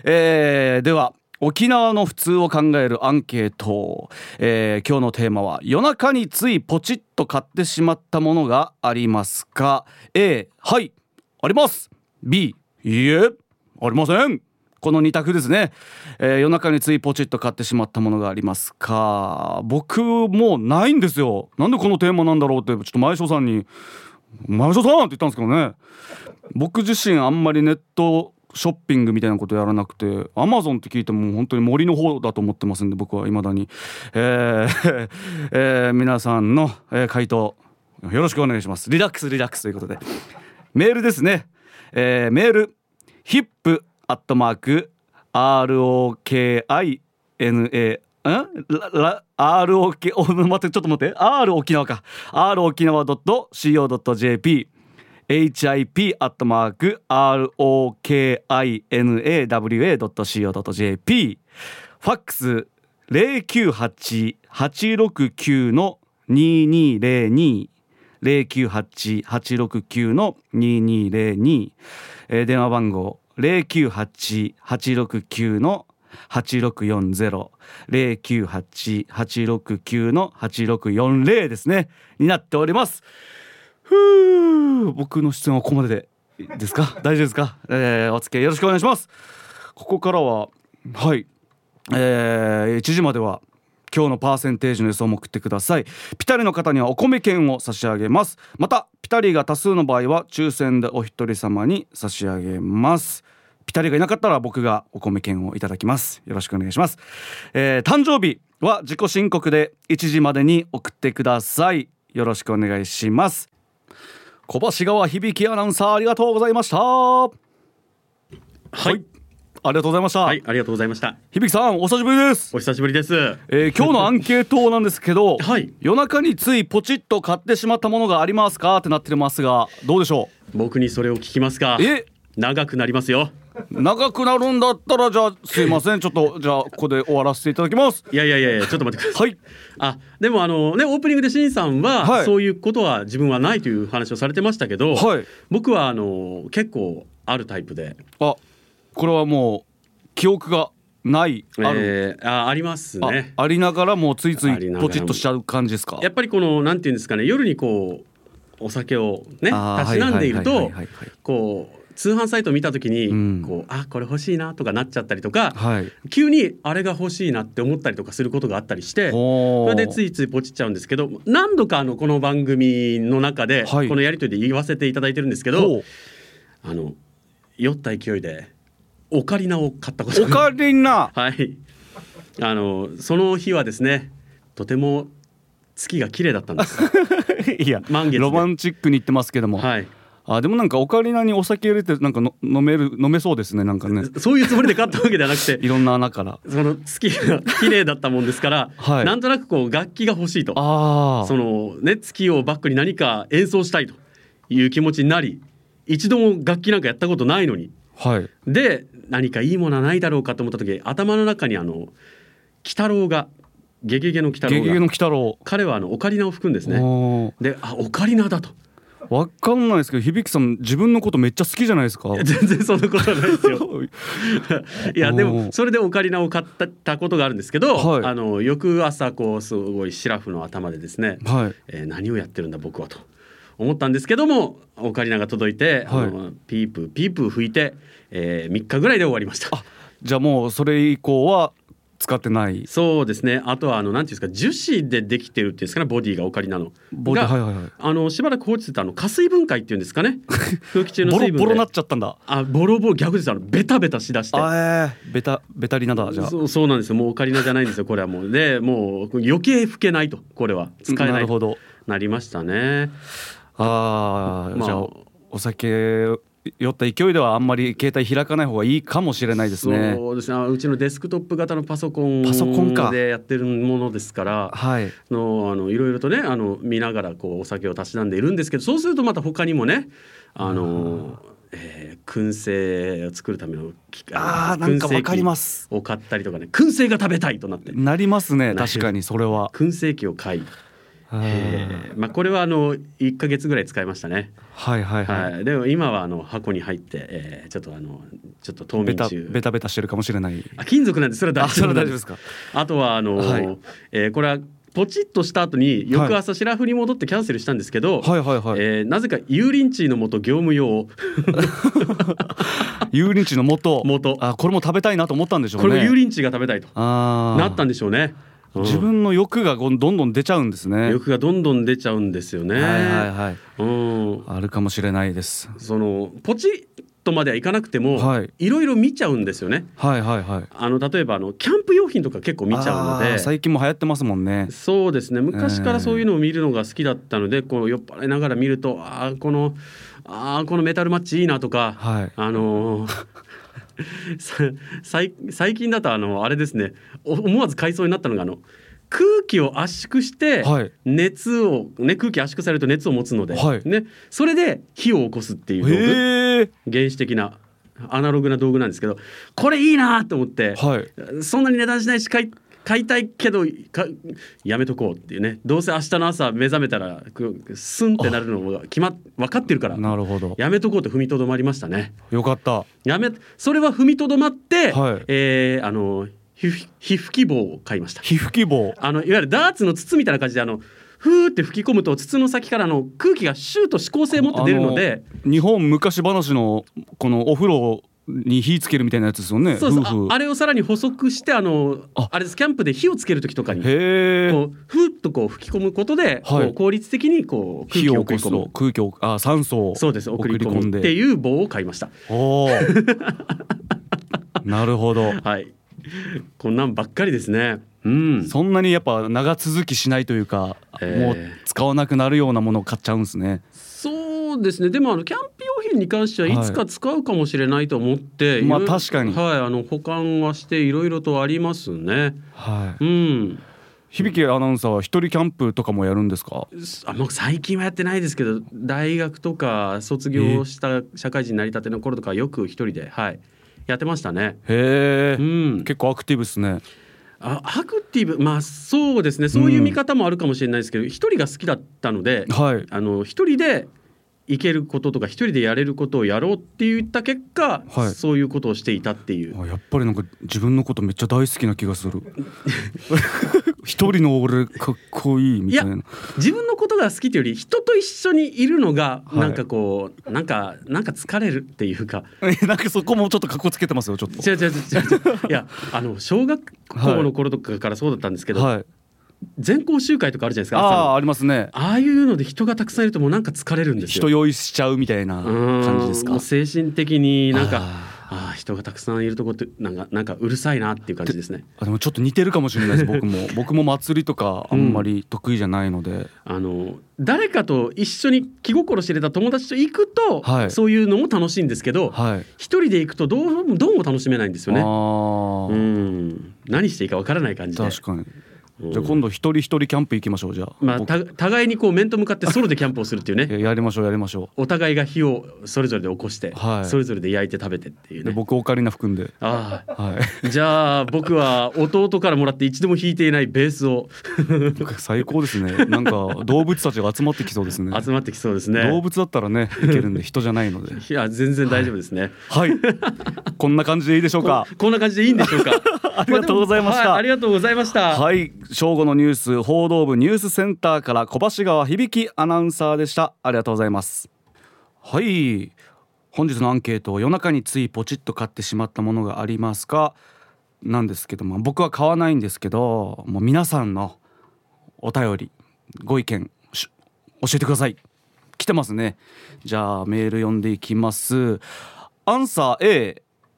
では沖縄の普通を考えるアンケート、今日のテーマは夜中についポチッと買ってしまったものがありますか？ A、 はいあります。 B、 いいえありません。この2択ですね。夜中についポチッと買ってしまったものがありますか？僕もうないんですよ。なんでこのテーマなんだろうってちょっと前翔さんに前翔さんって言ったんですけどね、僕自身あんまりネットショッピングみたいなことやらなくて、アマゾンって聞いても本当に森の方だと思ってますんで、僕は未だに、皆さんの、回答よろしくお願いします。リラックスということで、メールですね、メール hip@rokina ROK 待ってちょっと待って R 沖縄か R 沖縄 .co.jp hip@rokinawa.co.jp ファックス 098-869-2202 098-869-2202、電話番号 098-869-8640 098-869-8640ですねになっております。僕の出演はここまでですか？大丈夫ですか？お付き合いよろしくお願いします。ここからははい、1時までは今日のパーセンテージの予想も送ってください。ピタリの方にはお米券を差し上げます。またピタリが多数の場合は抽選でお一人様に差し上げます。ピタリがいなかったら僕がお米券をいただきます。よろしくお願いします。誕生日は自己申告で1時までに送ってください。よろしくお願いします。小橋川響アナウンサーありがとうございました。はい、ありがとうございました。 はい、ありがとうございました。 響さんお久しぶりです。 お久しぶりです。 今日のアンケートなんですけど、 はい、 夜中についポチッと買ってしまったものがありますかってなってますが、どうでしょう。僕にそれを聞きますか？長くなりますよ。 長くなるんだったらじゃあすいませんちょっとじゃあここで終わらせていただきます。 いやちょっと待ってください。はい。でもねオープニングでしんさんは、はい、そういうことは自分はないという話をされてましたけど、はい、僕は結構あるタイプで、 これはもう記憶がないありますね。 ありながらもうついついポチッとしちゃう感じですか？ やっぱりこのなんていうんですかね、夜にこうお酒をねたしなんでいるとこう通販サイトを見た時にこうこれ欲しいなとかなっちゃったりとか、はい、急にあれが欲しいなって思ったりとかすることがあったりして、それでついついポチっちゃうんですけど、何度かこの番組の中でこのやり取りで言わせていただいてるんですけど、酔った勢いでオカリナを買ったことが。オカリナはいその日はですねとても月が綺麗だったんですいやロマンチックに言ってますけども、はい、でもなんかオカリナにお酒入れてなんか飲めそうですね。なんかねそういうつもりで買ったわけではなくていろんな穴からその月が綺麗だったもんですから、はい、なんとなくこう楽器が欲しいと、そのね月をバックに何か演奏したいという気持ちになり、一度も楽器なんかやったことないのに、はい、で何かいいものはないだろうかと思った時、頭の中に鬼太郎がゲゲゲの鬼太郎が彼はオカリナを吹くんですね。でオカリナだとわかんないですけど、響さん自分のことめっちゃ好きじゃないですか？ 全然そんなことはないですよいやでもそれでオカリナを買ったことがあるんですけど、はい、翌朝こうすごいシラフの頭でですね、はい、何をやってるんだ僕はと思ったんですけども、オカリナが届いて、はい、ピープー吹いて、3日ぐらいで終わりました。 じゃあもうそれ以降は使ってない。 そうですね。あとはなんていうんですか、樹脂でできてるっていうんですかね、ボディがオカリナのボディ、はいはいはい、しばらく放置してた加水分解っていうんですかね空気中の水分でボロボロなっちゃったんだ。 ボロ逆です。ベタベタしだしてベタリナだ。じゃあそうなんですよ。もうオカリナじゃないんですよこれは。もうもう余計吹けないと、これは使えない。 なるほど、 なりましたね。 じゃあお酒酔った勢いではあんまり携帯開かない方がいいかもしれないですね。 そうですね。うちのデスクトップ型のパソコンでやってるものですから、はい、いろいろとね見ながらこうお酒をたしなんでいるんですけど、そうするとまた他にもね燻製を作るためのなんかわかります。 を買ったりとかね、燻製が食べたいとなりますね。 確かにそれは燻製機を買い、 これは1ヶ月ぐらい使いましたね。 はいはいはい。 でも今は箱に入って、ちょっと冬眠中ベタベタしてるかもしれない。 金属なんでそれは大丈夫ですか。 あとはこれはポチッとした後に翌朝シラフに戻ってキャンセルしたんですけど、なぜか油淋鶏の素業務用油淋鶏の素これも食べたいなと思ったんでしょうね。 これも油淋鶏が食べたいとなったんでしょうね。 自分の欲がどんどん出ちゃうんですね。 欲がどんどん出ちゃうんですよね。 あるかもしれないです。 ポチッとまではいかなくても、いろいろ見ちゃうんですよね。例えばキャンプ用品とか結構見ちゃうので、 最近も流行ってますもんね。 そうですね。昔からそういうのを見るのが好きだったので、こう酔っ払いながら見るとこのメタルマッチいいなとか、最近だとあれですね、思わず買いそうになったのが空気を圧縮して熱を、空気圧縮されると熱を持つので、それで火を起こすっていう道具、原始的なアナログな道具なんですけど、これいいなと思って、そんなに値段しないし買いたいけどやめとこうっていうね。どうせ明日の朝目覚めたらスンってなるのが分かってるから、 なるほど、 やめとこうと踏みとどまりましたね。 よかった。 それは踏みとどまって、皮膚希望を買いました。 皮膚希望、 いわゆるダーツの筒みたいな感じでふーって吹き込むと筒の先から空気がシューと指向性持って出るので、 日本昔話のこのお風呂に火つけるみたいなやつですよね。 そうあれをさらに補足してあれです、キャンプで火をつける時とかにこうふーっと吹き込むことで、効率的に空気を送り込む、 酸素を送り込むっていう棒を買いました。 なるほど。 こんなんばっかりですね。 そんなにやっぱ長続きしないというか、もう使わなくなるようなものを買っちゃうんですね。 そうですね。でもキャンプ用品に関してはいつか使うかもしれないと思って、 確かに、 保管はしていろいろとありますね。 響アナウンサーは一人キャンプとかもやるんですか？ 最近はやってないですけど、大学とか卒業した社会人になりたての頃とかよく一人でやってましたね。 結構アクティブですね。 アクティブ、そうですね。そういう見方もあるかもしれないですけど、一人が好きだったので、一人で行けることとか一人でやれることをやろうって言った結果、そういうことをしていたっていう。 やっぱり自分のことめっちゃ大好きな気がする。一人の俺かっこいいみたいな。 自分のことが好きというより人と一緒にいるのがなんか疲れるっていうか、 そこもちょっとかっこつけてますよちょっと。 違ういや小学校の頃とかからそうだったんですけど、全校集会とかあるじゃないですか。 ありますね。 ああいうので人がたくさんいるともう疲れるんですよ。 人酔いしちゃうみたいな感じですか？ 精神的に人がたくさんいるとこってなんかうるさいなっていう感じですね。 でもちょっと似てるかもしれないです僕も祭りとかあんまり得意じゃないので、 誰かと一緒に気心知れた友達と行くと、そういうのも楽しいんですけど、一人で行くとどうも楽しめないんですよね。何していいかわからない感じで。 確かに。じゃあ今度一人一人キャンプ行きましょう。じゃあ、 互いに面と向かってソロでキャンプをするっていうね。 やりましょう。 お互いが火をそれぞれで起こして、それぞれで焼いて食べてっていうね。 僕オカリナ吹くんで。 じゃあ僕は弟からもらって一度も弾いていないベースを。 最高ですね。なんか動物たちが集まってきそうですね。動物だったらねいけるんで人じゃないので。 いや全然大丈夫ですね。 こんな感じでいいでしょうか？ こんな感じでいいんでしょうか？ ありがとうございました。 ありがとうございました。 正午のニュース報道部ニュースセンターから小橋川響アナウンサーでした。ありがとうございます。本日のアンケート、夜中についポチッと買ってしまったものがありますかなんですけども、僕は買わないんですけど、もう皆さんのお便りご意見教えてください。来てますね。じゃあメール読んでいきます。アンサー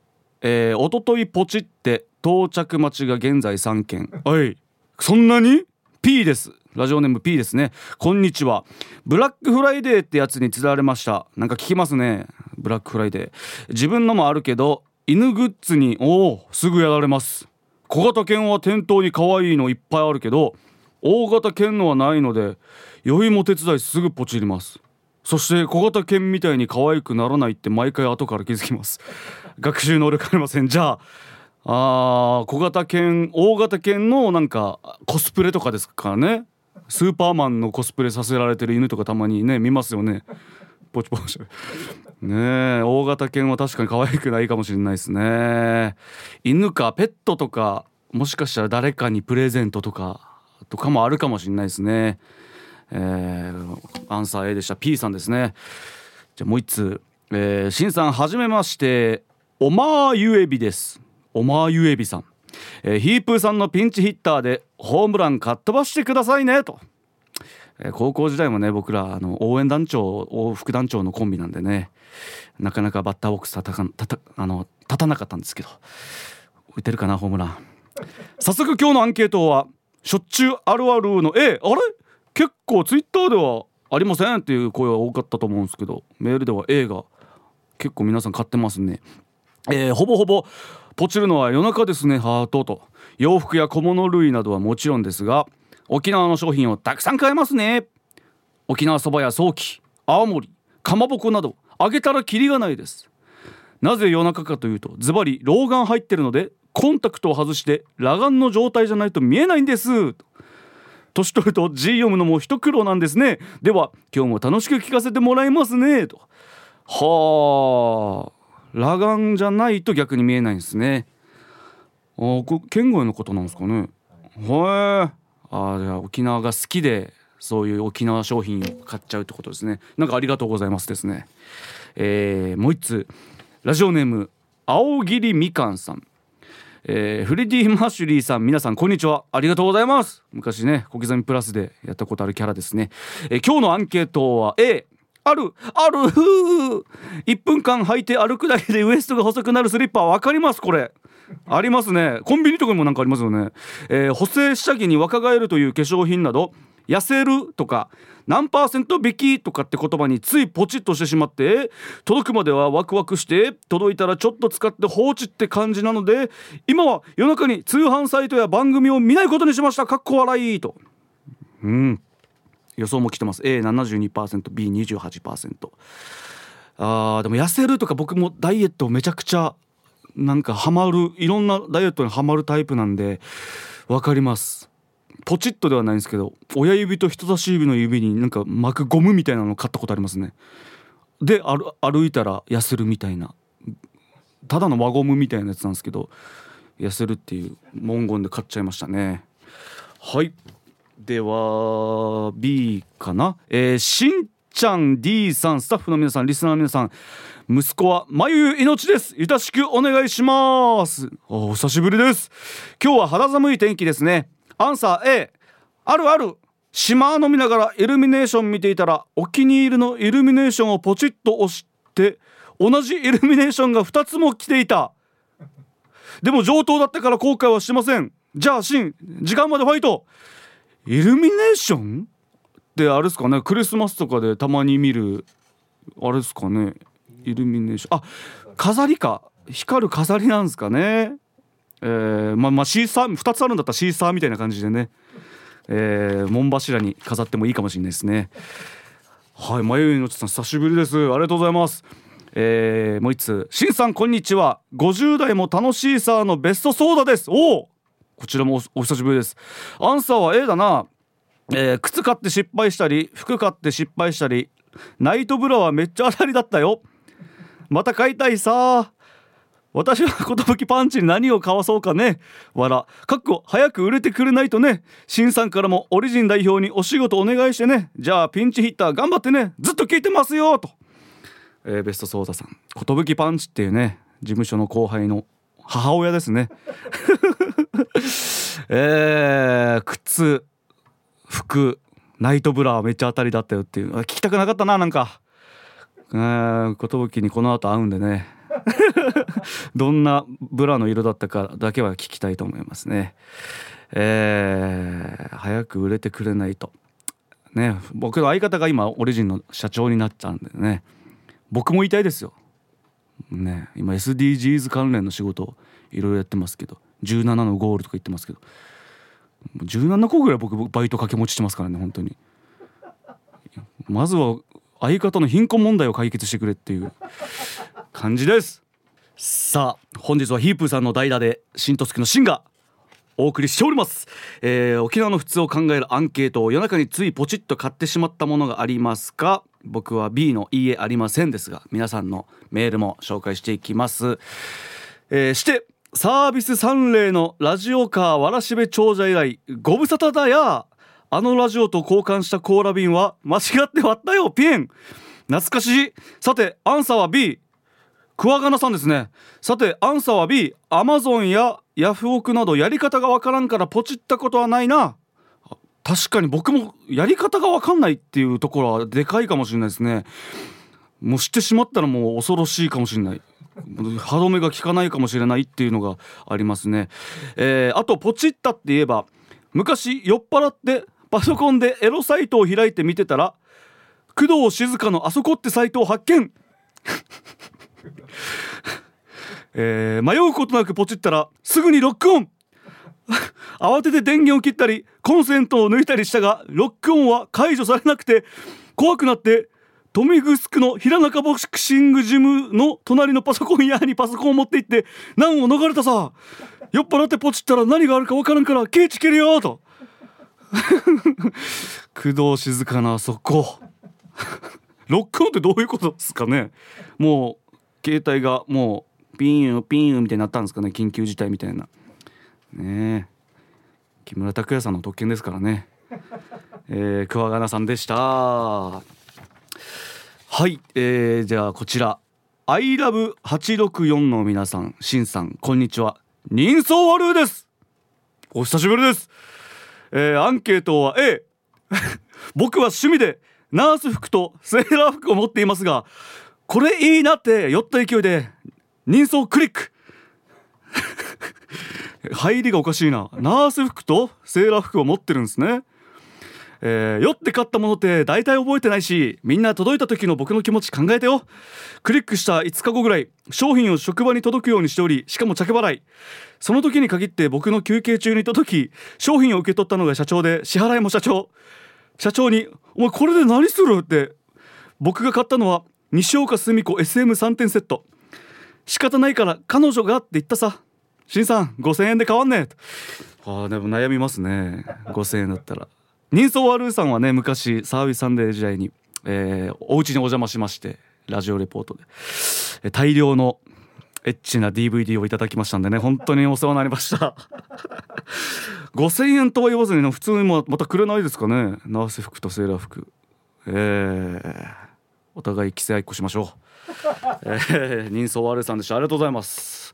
A、おとといポチって到着待ちが現在3件。そんなに？ P です。ラジオネーム P ですね。こんにちは。ブラックフライデーってやつに釣られました。なんか聞きますね、ブラックフライデー。自分のもあるけど犬グッズにすぐやられます。小型犬は店頭に可愛いのいっぱいあるけど大型犬のはないので酔いも手伝いすぐポチります。そして小型犬みたいに可愛くならないって毎回後から気づきます。学習能力ありません。じゃあ小型犬大型犬のなんかコスプレとかですかね。 スーパーマンのコスプレさせられてる犬とかたまにね見ますよね。ポチポチねえ、大型犬は確かに可愛くないかもしれないですね。犬かペットとか、もしかしたら誰かにプレゼントとかもあるかもしれないですね。アンサー A でした。 P さんですね。じゃあもう一通、しんさんはじめまして、おまーゆえびです。おまーゆえびさん、ヒープーさんのピンチヒッターでホームランかっ飛ばしてくださいねと。高校時代もね、僕ら応援団長副団長のコンビなんでね、なかなかバッターボックス立たなかったんですけど、打てるかなホームラン。早速今日のアンケートはしょっちゅうあるあるの A。 あれ結構ツイッターではありませんっていう声は多かったと思うんですけど、メールでは A が結構皆さん買ってますね。ほぼほぼポチるのは夜中ですねハートと。洋服や小物類などはもちろんですが、沖縄の商品をたくさん買えますね。沖縄そばやソーキ、青森、かまぼこなどあげたらキリがないです。なぜ夜中かというと、ズバリ老眼入ってるのでコンタクトを外して裸眼の状態じゃないと見えないんです。年取ると字読むのも一苦労なんですね。では今日も楽しく聞かせてもらいますねと。はあ、裸眼じゃないと逆に見えないんですね。これ県外のことなんですかね。はい。じゃあ沖縄が好きでそういう沖縄商品を買っちゃうってことですね。なんかありがとうございますですね。もう一つ、ラジオネーム青桐みかんさん、フレディ・マッシュリーさん、皆さんこんにちは。ありがとうございます。昔ね小刻みプラスでやったことあるキャラですね。今日のアンケートは A。 ある1分間履いて歩くだけでウエストが細くなるスリッパ、わかります？これありますね。コンビニとかにもなんかありますよね。補正下着に若返るという化粧品など、痩せるとか何%引きとかって言葉についポチッとしてしまって、届くまではワクワクして、届いたらちょっと使って放置って感じなので、今は夜中に通販サイトや番組を見ないことにしました。かっこ笑いと。予想も来てます。 A72%、 B28%。 でも痩せるとか、僕もダイエットめちゃくちゃなんかハマる、いろんなダイエットにハマるタイプなんでわかります。ポチッとではないんですけど、親指と人差し指の指になんか巻くゴムみたいなの買ったことありますね。で歩いたら痩せるみたいな、ただの輪ゴムみたいなやつなんですけど、痩せるっていう文言で買っちゃいましたね。はい、では B かな。しんちゃん D さん、スタッフの皆さん、リスナーの皆さん、息子は眉命です。よろしくお願いします。お久しぶりです。今日は肌寒い天気ですね。アンサー A。 あるある。島飲みながらイルミネーション見ていたら、お気に入りのイルミネーションをポチッと押して同じイルミネーションが2つも来ていた。でも上等だったから後悔はしてません。じゃあシン、時間までファイト。イルミネーションってあれですかね、クリスマスとかでたまに見るあれですかね、イルミネーション。飾りか、光る飾りなんですかね。シーサー2つあるんだったらシーサーみたいな感じでね、門柱に飾ってもいいかもしれないですね。はい、眉のちさん久しぶりです。ありがとうございます。もう一つ、しんさんこんにちは。50代も楽しいさーのベストソーダです。こちらも お久しぶりです。アンサーは A だな。靴買って失敗したり、服買って失敗したり、ナイトブラはめっちゃ当たりだったよ。また買いたいさ。私は寿パンチに何を買わそうかね。かっこ早く売れてくれないとね。シンさんからもオリジン代表にお仕事お願いしてね。じゃあピンチヒッター頑張ってね。ずっと聞いてますよと。ベストソーダさん、寿パンチっていうね、事務所の後輩の母親ですね。靴、服、ナイトブラはめっちゃ当たりだったよっていう、聞きたくなかったな。なんか寿にこの後会うんでね。どんなブラの色だったかだけは聞きたいと思いますね。早く売れてくれないとね。僕の相方が今オリジンの社長になっちゃうんでね、僕も言いたいですよね。今 SDGs 関連の仕事いろいろやってますけど、17のゴールとか言ってますけど、17個ぐらい僕バイト掛け持ちしてますからね。本当にまずは相方の貧困問題を解決してくれっていう感じです。さあ本日はヒープーさんの代打で新とつきのシンがお送りしております、沖縄の普通を考えるアンケートを夜中についポチッと買ってしまったものがありますか？僕は B のいいえありませんですが、皆さんのメールも紹介していきます。してサービス3例のラジオカーわらしべ長者以来ご無沙汰だや。あのラジオと交換したコーラ瓶は間違って割ったよピン。懐かしい。さてアンサーは B。 クワガナさんですね。さてアンサーは B。 アマゾンやヤフオクなどやり方がわからんからポチったことはないな。確かに僕もやり方がわかんないっていうところはでかいかもしれないですね。もう知ってしまったらもう恐ろしいかもしれない、歯止めが効かないかもしれないっていうのがありますね。あとポチったって言えば、昔酔っ払ってパソコンでエロサイトを開いて見てたら工藤静香のあそこってサイトを発見迷うことなくポチったらすぐにロックオン慌てて電源を切ったりコンセントを抜いたりしたがロックオンは解除されなくて怖くなって豊見城の平中ボクシングジムの隣のパソコン屋にパソコンを持って行って難を逃れたさ。酔っ払ってポチったら何があるか分からんからケーチ蹴るよと工藤静香のあそこロックオンってどういうことですかね。もう携帯がもうピーンピーンみたいになったんですかね。緊急事態みたいなね。木村拓哉さんの特権ですからね。クワガナさんでした。はい、じゃあこちら ILOVE864 の皆さん、しんさんこんにちは。人相悪いです。お久しぶりです。アンケートは A 僕は趣味でナース服とセーラー服を持っていますが、これいいなって酔った勢いで人相クリック入りがおかしいな。ナース服とセーラー服を持ってるんですね。酔って買ったものって大体覚えてないし、みんな届いた時の僕の気持ち考えてよ。クリックした5日後ぐらい商品を職場に届くようにしており、しかも着払い。その時に限って僕の休憩中に届き、商品を受け取ったのが社長で、支払いも社長にお前これで何するって。僕が買ったのは西岡澄子 SM3 点セット。仕方ないから彼女がって言ったさ。しんさん5000円で買わんね。でも悩みますね。5000円だったら。人相悪いさんはね、昔サービスサンデー時代に、お家にお邪魔しまして、ラジオレポートで、大量のエッチな DVD をいただきましたんでね、本当にお世話になりました5000円とは言わずに、普通にまたくれないですかね。ナース服とセーラー服、お互い規制合いっこしましょう。人相悪いさんでした。ありがとうございます。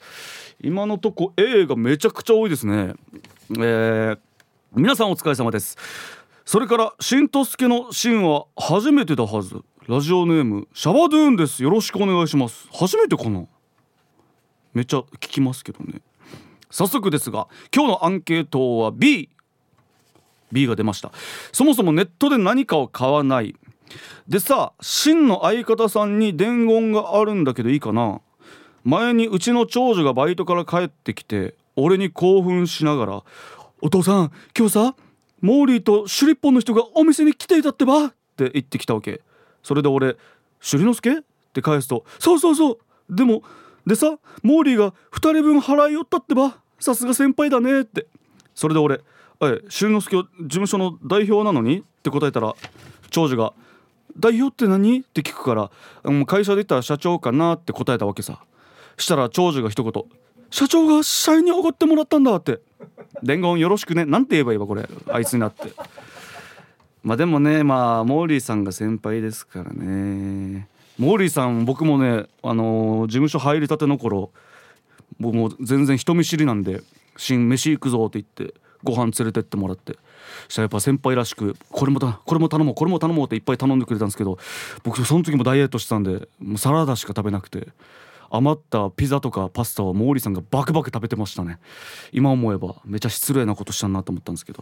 今のとこ A がめちゃくちゃ多いですね。皆さんお疲れ様です。それからしんとすけのしんは初めてだはず。ラジオネームシャバドゥーンです。よろしくお願いします。初めてかな。めっちゃ聞きますけどね。早速ですが今日のアンケートは B が出ました。そもそもネットで何かを買わないでさ、しんの相方さんに伝言があるんだけどいいかな。前にうちの長女がバイトから帰ってきて俺に興奮しながら、お父さん今日さモーリーとシュリッポンの人がお店に来ていたってばって言ってきたわけ。それで俺シュリノスケって返すと、そうでさモーリーが2人分払いよったってば、さすが先輩だねって。それで俺シュリノスケ事務所の代表なのにって答えたら、長女が代表って何って聞くから、会社で言ったら社長かなって答えたわけさ。したら長女が一言、社長が社員におごってもらったんだって。伝言よろしくね。なんて言えばいいわこれ、あいつになって。でもね、モーリーさんが先輩ですからね。モーリーさん僕もね、事務所入りたての頃僕も全然人見知りなんで、飯行くぞって言ってご飯連れてってもらって、したらやっぱ先輩らしくこれも頼もうっていっぱい頼んでくれたんですけど、僕その時もダイエットしてたんでもうサラダしか食べなくて、余ったピザとかパスタをモーリーさんがバクバク食べてましたね。今思えばめちゃ失礼なことしたなと思ったんですけど、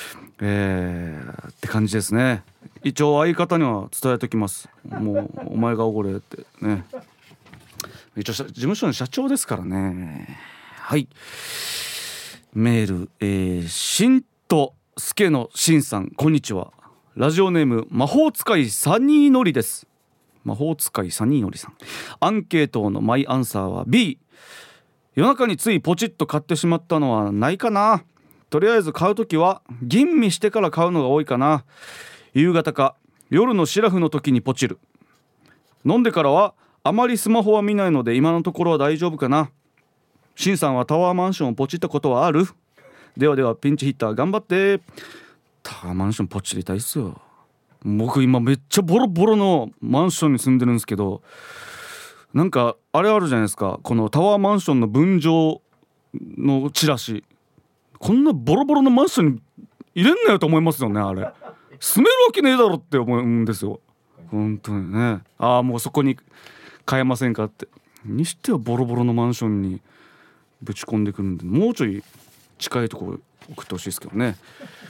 って感じですね。一応相方には伝えときます。もうお前がおごれってね。一応事務所の社長ですからね。はい、メール、しんとすけのしんさんこんにちは。ラジオネーム魔法使いサニーのりです。魔法使いサニーのりさん。アンケートのマイアンサーは B。 夜中についポチッと買ってしまったのはないかな。 とりあえず買うときは吟味してから買うのが多いかな。夕方か夜のシラフの時にポチる。飲んでからはあまりスマホは見ないので今のところは大丈夫かな。シンさんはタワーマンションをポチったことはある？ではでは、ピンチヒッター頑張って。タワーマンションポチりたいっすよ。僕今めっちゃボロボロのマンションに住んでるんですけど、なんかあれあるじゃないですか、このタワーマンションの分譲のチラシ。こんなボロボロのマンションに入れんなよと思いますよね。あれ住めるわけねえだろって思うんですよ、本当にね。もうそこに買えませんかって。にしてはボロボロのマンションにぶち込んでくるんで、もうちょい近いところ送ってほしいですけどね。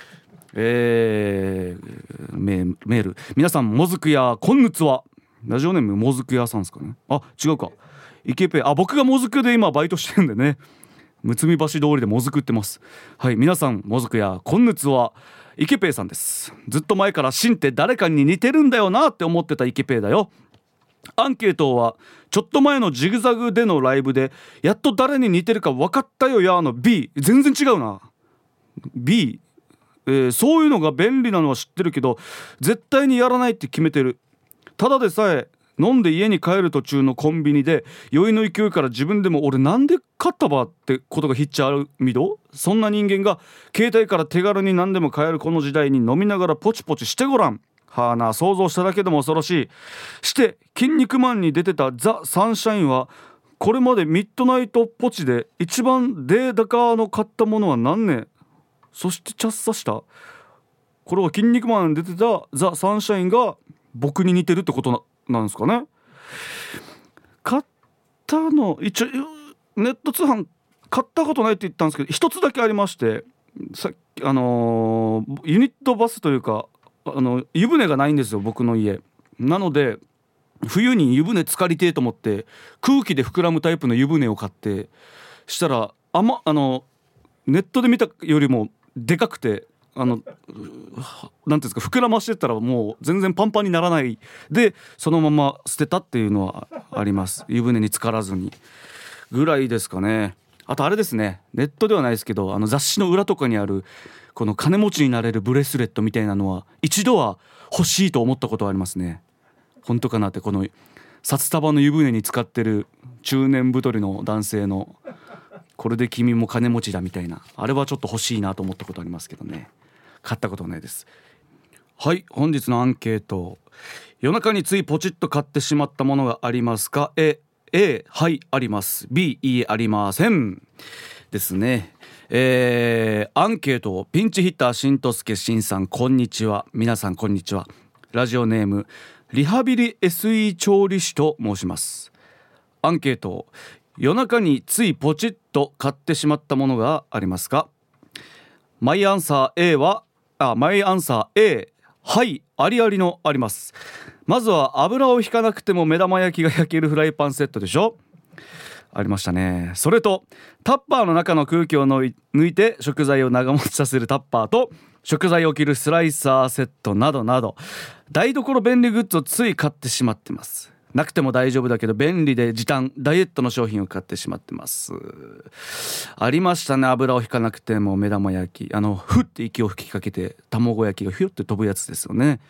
メール、皆さんもずくやこんぬつは。ラジオネームもずく屋さんですかね。違うか、イケペイ。僕がもずくで今バイトしてるんでね、むつみ橋通りでもずく売ってます。はい、皆さんもずくやこんぬつは。イケペイさんです。ずっと前からシンって誰かに似てるんだよなって思ってたイケペイだよ。アンケートはちょっと前のジグザグでのライブでやっと誰に似てるか分かったよやの B。 全然違うな B。そういうのが便利なのは知ってるけど絶対にやらないって決めてる。ただでさえ飲んで家に帰る途中のコンビニで酔いの勢いから自分でも俺なんで買ったばってことがひっちゃうみど。そんな人間が携帯から手軽に何でも買えるこの時代に飲みながらポチポチしてごらん。はあな、想像しただけでも恐ろしい。して筋肉マンに出てたザ・サンシャインはこれまでミッドナイトポチで一番デー高の買ったものは何ね。そしてチャッサした。これは筋肉マンに出てたザ・サンシャインが僕に似てるってことなんですかね。買ったの一応ネット通販買ったことないって言ったんですけど、一つだけありまして、ユニットバスというか湯船がないんですよ、僕の家。なので冬に湯船浸かりてえと思って空気で膨らむタイプの湯船を買って、したらネットで見たよりもでかくてなんていうんですか、膨らましてったらもう全然パンパンにならないでそのまま捨てたっていうのはあります。湯船に浸からずにぐらいですかね。あとあれですね、ネットではないですけど雑誌の裏とかにあるこの金持ちになれるブレスレットみたいなのは一度は欲しいと思ったことはありますね。本当かなって。この札束の湯船に浸かってる中年太りの男性のこれで君も金持ちだみたいな、あれはちょっと欲しいなと思ったことありますけどね、買ったことないです。はい、本日のアンケート、夜中についポチッと買ってしまったものがありますか。A、はいあります。 B、いいえありませんですね。アンケート、ピンチヒッターしんとすけしんさんこんにちは。皆さんこんにちは。ラジオネームリハビリ SE 調理師と申します。アンケート、夜中についポチッと買ってしまったものがありますか。マイアンサー A ははいありありのあります。まずは油を引かなくても目玉焼きが焼けるフライパンセットでしょ。ありましたね。それとタッパーの中の空気を抜いて食材を長持ちさせるタッパーと食材を切るスライサーセットなどなど台所便利グッズをつい買ってしまってます。なくても大丈夫だけど便利で時短ダイエットの商品を買ってしまってます。ありましたね、油を引かなくても目玉焼き、ふって息を吹きかけて卵焼きがヒュッて飛ぶやつですよね。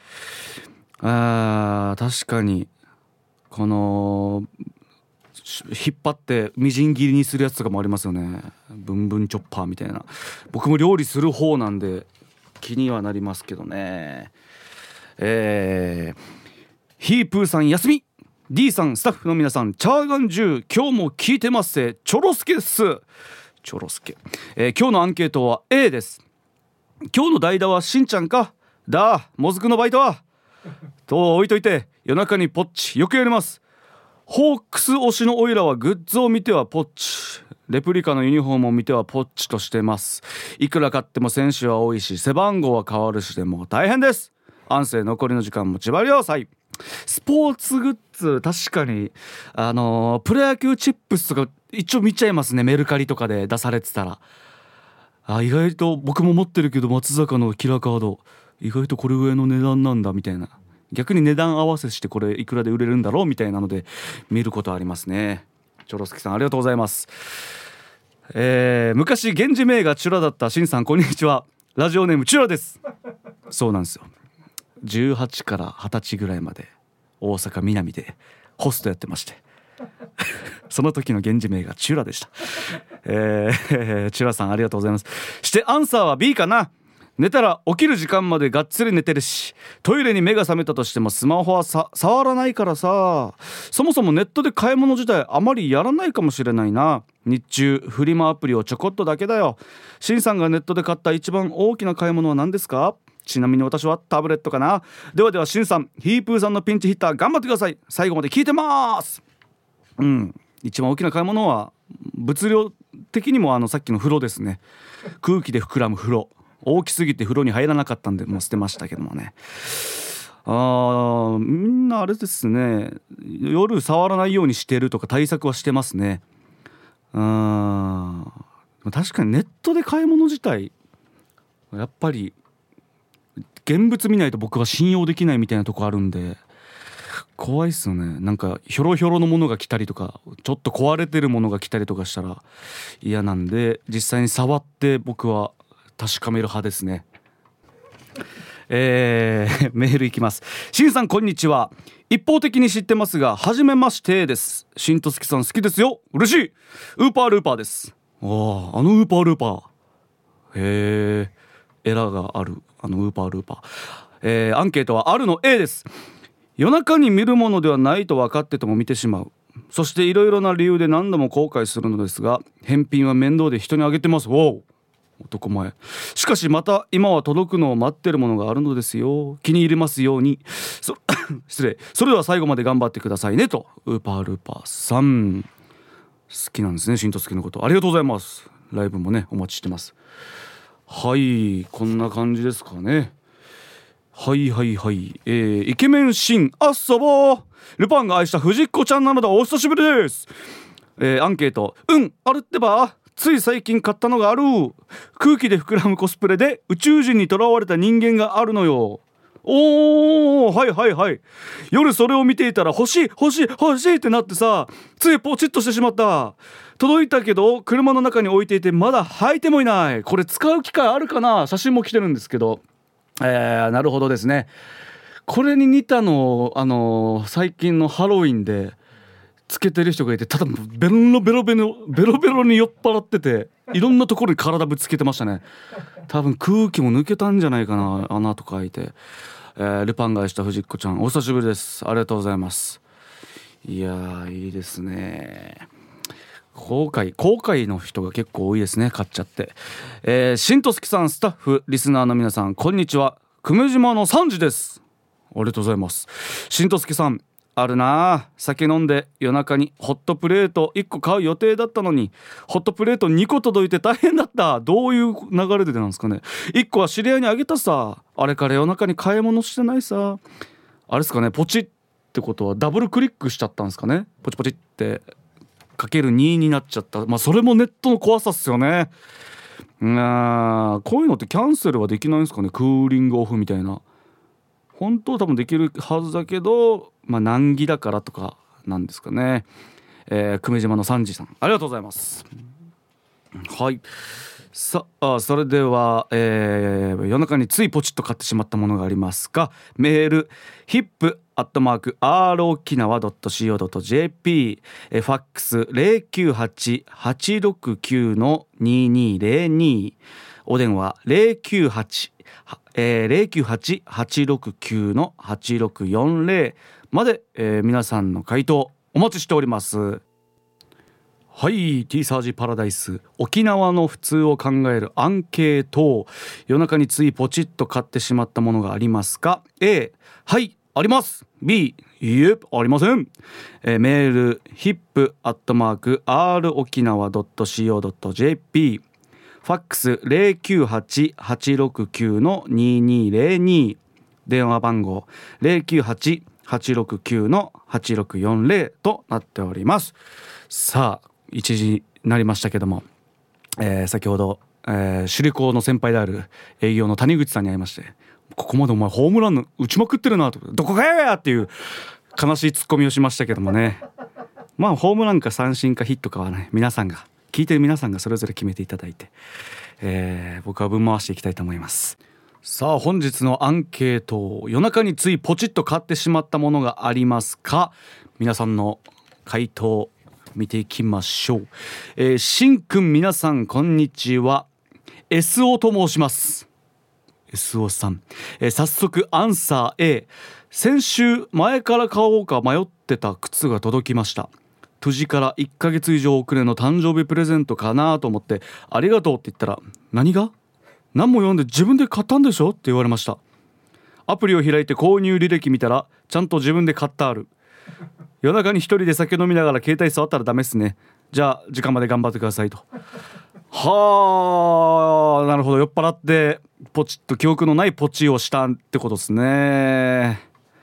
確かにこの引っ張ってみじん切りにするやつとかもありますよね。ブンブンチョッパーみたいな。僕も料理する方なんで気にはなりますけどね。ヒープーさん休み、 D さんスタッフの皆さんチャーガンジュー今日も聞いてますせ、チョロスケです。チョロスケ、今日のアンケートは A です。今日の代打はしんちゃんかだ、もずくのバイトはと置いといて夜中にポッチよくやります。ホークス推しのオイラはグッズを見てはポッチ、レプリカのユニフォームを見てはポッチとしてます。いくら買っても選手は多いし背番号は変わるしでもう大変です。安静残りの時間も縛りをさい。スポーツグッズ確かにプロ野球チップスとか一応見ちゃいますね。メルカリとかで出されてたら意外と僕も持ってるけど松坂のキラーカード意外とこれぐらいの値段なんだみたいな、逆に値段合わせしてこれいくらで売れるんだろうみたいなので見ることありますね。チョロスキさんありがとうございます。 昔源氏名がチュラだったしんさん、こんにちは。ラジオネームチュラです。そうなんですよ。18から20歳ぐらいまで大阪南でホストやってましてその時の源氏名がチュラでした。チュラさんありがとうございます。してアンサーは B かな。寝たら起きる時間までがっつり寝てるし、トイレに目が覚めたとしてもスマホは触らないからさ。そもそもネットで買い物自体あまりやらないかもしれないな。日中フリマアプリをちょこっとだけだよ。しんさんがネットで買った一番大きな買い物は何ですか？ちなみに私はタブレットかな。ではしんさん、ヒープーさんのピンチヒッター頑張ってください。最後まで聞いてます。一番大きな買い物は物量的にもさっきの風呂ですね。空気で膨らむ風呂、大きすぎて風呂に入らなかったんでもう捨てましたけどもね。みんなあれですね、夜触らないようにしてるとか対策はしてますね。確かにネットで買い物自体やっぱり現物見ないと僕は信用できないみたいなとこあるんで怖いっすよね。なんかヒョロヒョロのものが来たりとか、ちょっと壊れてるものが来たりとかしたら嫌なんで、実際に触って僕は確かめる派ですね。メールいきます。しんさんこんにちは。一方的に知ってますが初めましてです。しんとすきさん好きですよ。嬉しい。ウーパールーパーです。あのウーパールーパー、エラーがあるウーパールーパー。アンケートはあるの A です。夜中に見るものではないと分かってても見てしまう。そしていろいろな理由で何度も後悔するのですが、返品は面倒で人にあげてます。男前。しかしまた今は届くのを待ってるものがあるのですよ。気に入れますように。失礼。それでは最後まで頑張ってくださいねと。ウーパールーパーさん好きなんですね、しんとすきのこと。ありがとうございます。ライブもねお待ちしてます。はい、こんな感じですかね。はい、イケメンシンあっそぼー。ルパンが愛した藤子ちゃんなのだ。お久しぶりです。アンケートあるってば。つい最近買ったのがある。空気で膨らむコスプレで宇宙人に囚われた人間があるのよ。はい。夜それを見ていたら欲しいってなってさ、ついポチッとしてしまった。届いたけど車の中に置いていてまだ履いてもいない。これ使う機会あるかな。写真も来てるんですけど、なるほどですね。これに似たの最近のハロウィンでつけてる人がいて、ただベロに酔っ払ってていろんなところに体ぶつけてましたね。多分空気も抜けたんじゃないかな、穴とか開いて。ルパンが愛した藤子ちゃんお久しぶりです。ありがとうございます。いやいいですね。後悔の人が結構多いですね、買っちゃって。しんとすきさん、スタッフ、リスナーの皆さんこんにちは。久米島の3時です。ありがとうございます。しんとすきさん、あるな。酒飲んで夜中にホットプレート1個買う予定だったのにホットプレート2個届いて大変だった。どういう流れでなんですかね。1個は知り合いにあげたさ。あれから夜中に買い物してないさ。あれですかね、ポチってことはダブルクリックしちゃったんですかね。ポチポチってかける2になっちゃった。それもネットの怖さっすよね。こういうのってキャンセルはできないんですかね。クーリングオフみたいな。本当は多分できるはずだけど、難儀だからとかなんですかね。久米島の三時さんありがとうございます。はい、それでは、夜中についポチッと買ってしまったものがありますか。メール hip@rokinawa.co.jp、ファックス 098-869-2202、お電話098-869-8640まで、皆さんの回答お待ちしております。はい、 T サージパラダイス、沖縄の普通を考えるアンケート。夜中についポチッと買ってしまったものがありますか。 A、 はいあります。 B、 いいえありません。メール hip@rokinawa.co.jp、 ファックス 098-869-2202、 電話番号 098-869-8640 となっております。さあ1時になりましたけども、先ほど、首里高の先輩である営業の谷口さんに会いまして、ここまでお前ホームラン打ちまくってるなと、どこかやっていう悲しいツッコミをしましたけどもね。ホームランか三振かヒットかはね、皆さんが聞いてる皆さんがそれぞれ決めていただいて、僕は分回していきたいと思います。さあ本日のアンケート、夜中についポチッと買ってしまったものがありますか。皆さんの回答見ていきましょう。しんくん、皆さんこんにちは。 SO と申します。 SO さん、早速アンサー A。 先週前から買おうか迷ってた靴が届きました。辻から1ヶ月以上遅れの誕生日プレゼントかなと思ってありがとうって言ったら、何が、何も読んで自分で買ったんでしょって言われました。アプリを開いて購入履歴見たらちゃんと自分で買ってある。夜中に一人で酒飲みながら携帯触ったらダメっすね。じゃあ時間まで頑張ってくださいと。はあ、なるほど。酔っ払ってポチッと記憶のないポチをしたってことですね。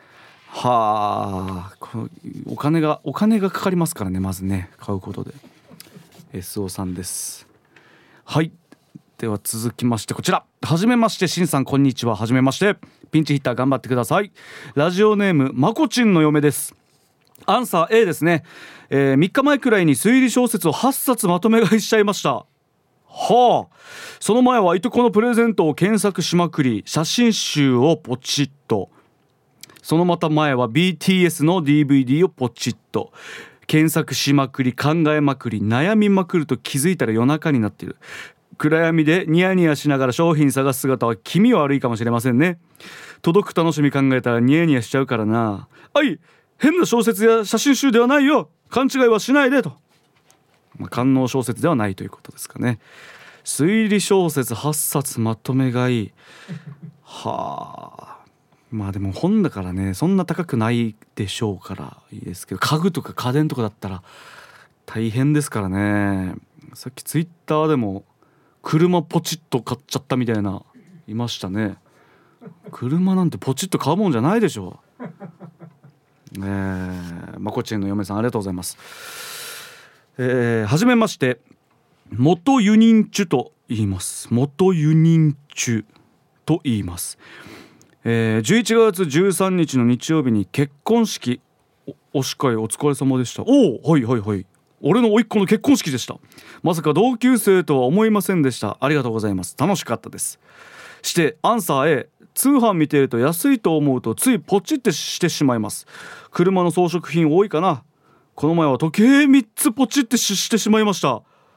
はあ、お金がかかりますからね、まずね、買うことで。 SO さんです。はい、では続きましてこちら。はじめまして、しんさんこんにちは。はじめまして。ピンチヒッター頑張ってください。ラジオネームまこちんの嫁です。アンサー A ですね。3日前くらいに推理小説を8冊まとめ買いしちゃいました。はあ、その前はいとこのプレゼントを検索しまくり、写真集をポチッと。そのまた前は BTS の DVD をポチッと。検索しまくり、考えまくり、悩みまくると気づいたら夜中になっている。暗闇でニヤニヤしながら商品探す姿は気味悪いかもしれませんね。届く楽しみ考えたらニヤニヤしちゃうからな。はい、変な小説や写真集ではないよ、勘違いはしないでと。官能小説ではないということですかね。推理小説8冊まとめ買い。はあ、まあでも本だからね、そんな高くないでしょうからいいですけど、家具とか家電とかだったら大変ですからね。さっきツイッターでも車ポチッと買っちゃったみたいないましたね。車なんてポチッと買うもんじゃないでしょう。まこちんの嫁さんありがとうございます。はじめまして、元輸人中と言います。元輸人中と言います。11月13日の日曜日に結婚式お司会お疲れ様でした。おお、はいはいはい。俺の甥っ子の結婚式でした。まさか同級生とは思いませんでした。ありがとうございます。楽しかったです。してアンサー A。 通販見ていると安いと思うとついポチってしてしまいます。車の装飾品多いかな。この前は時計3つポチってしてしまいました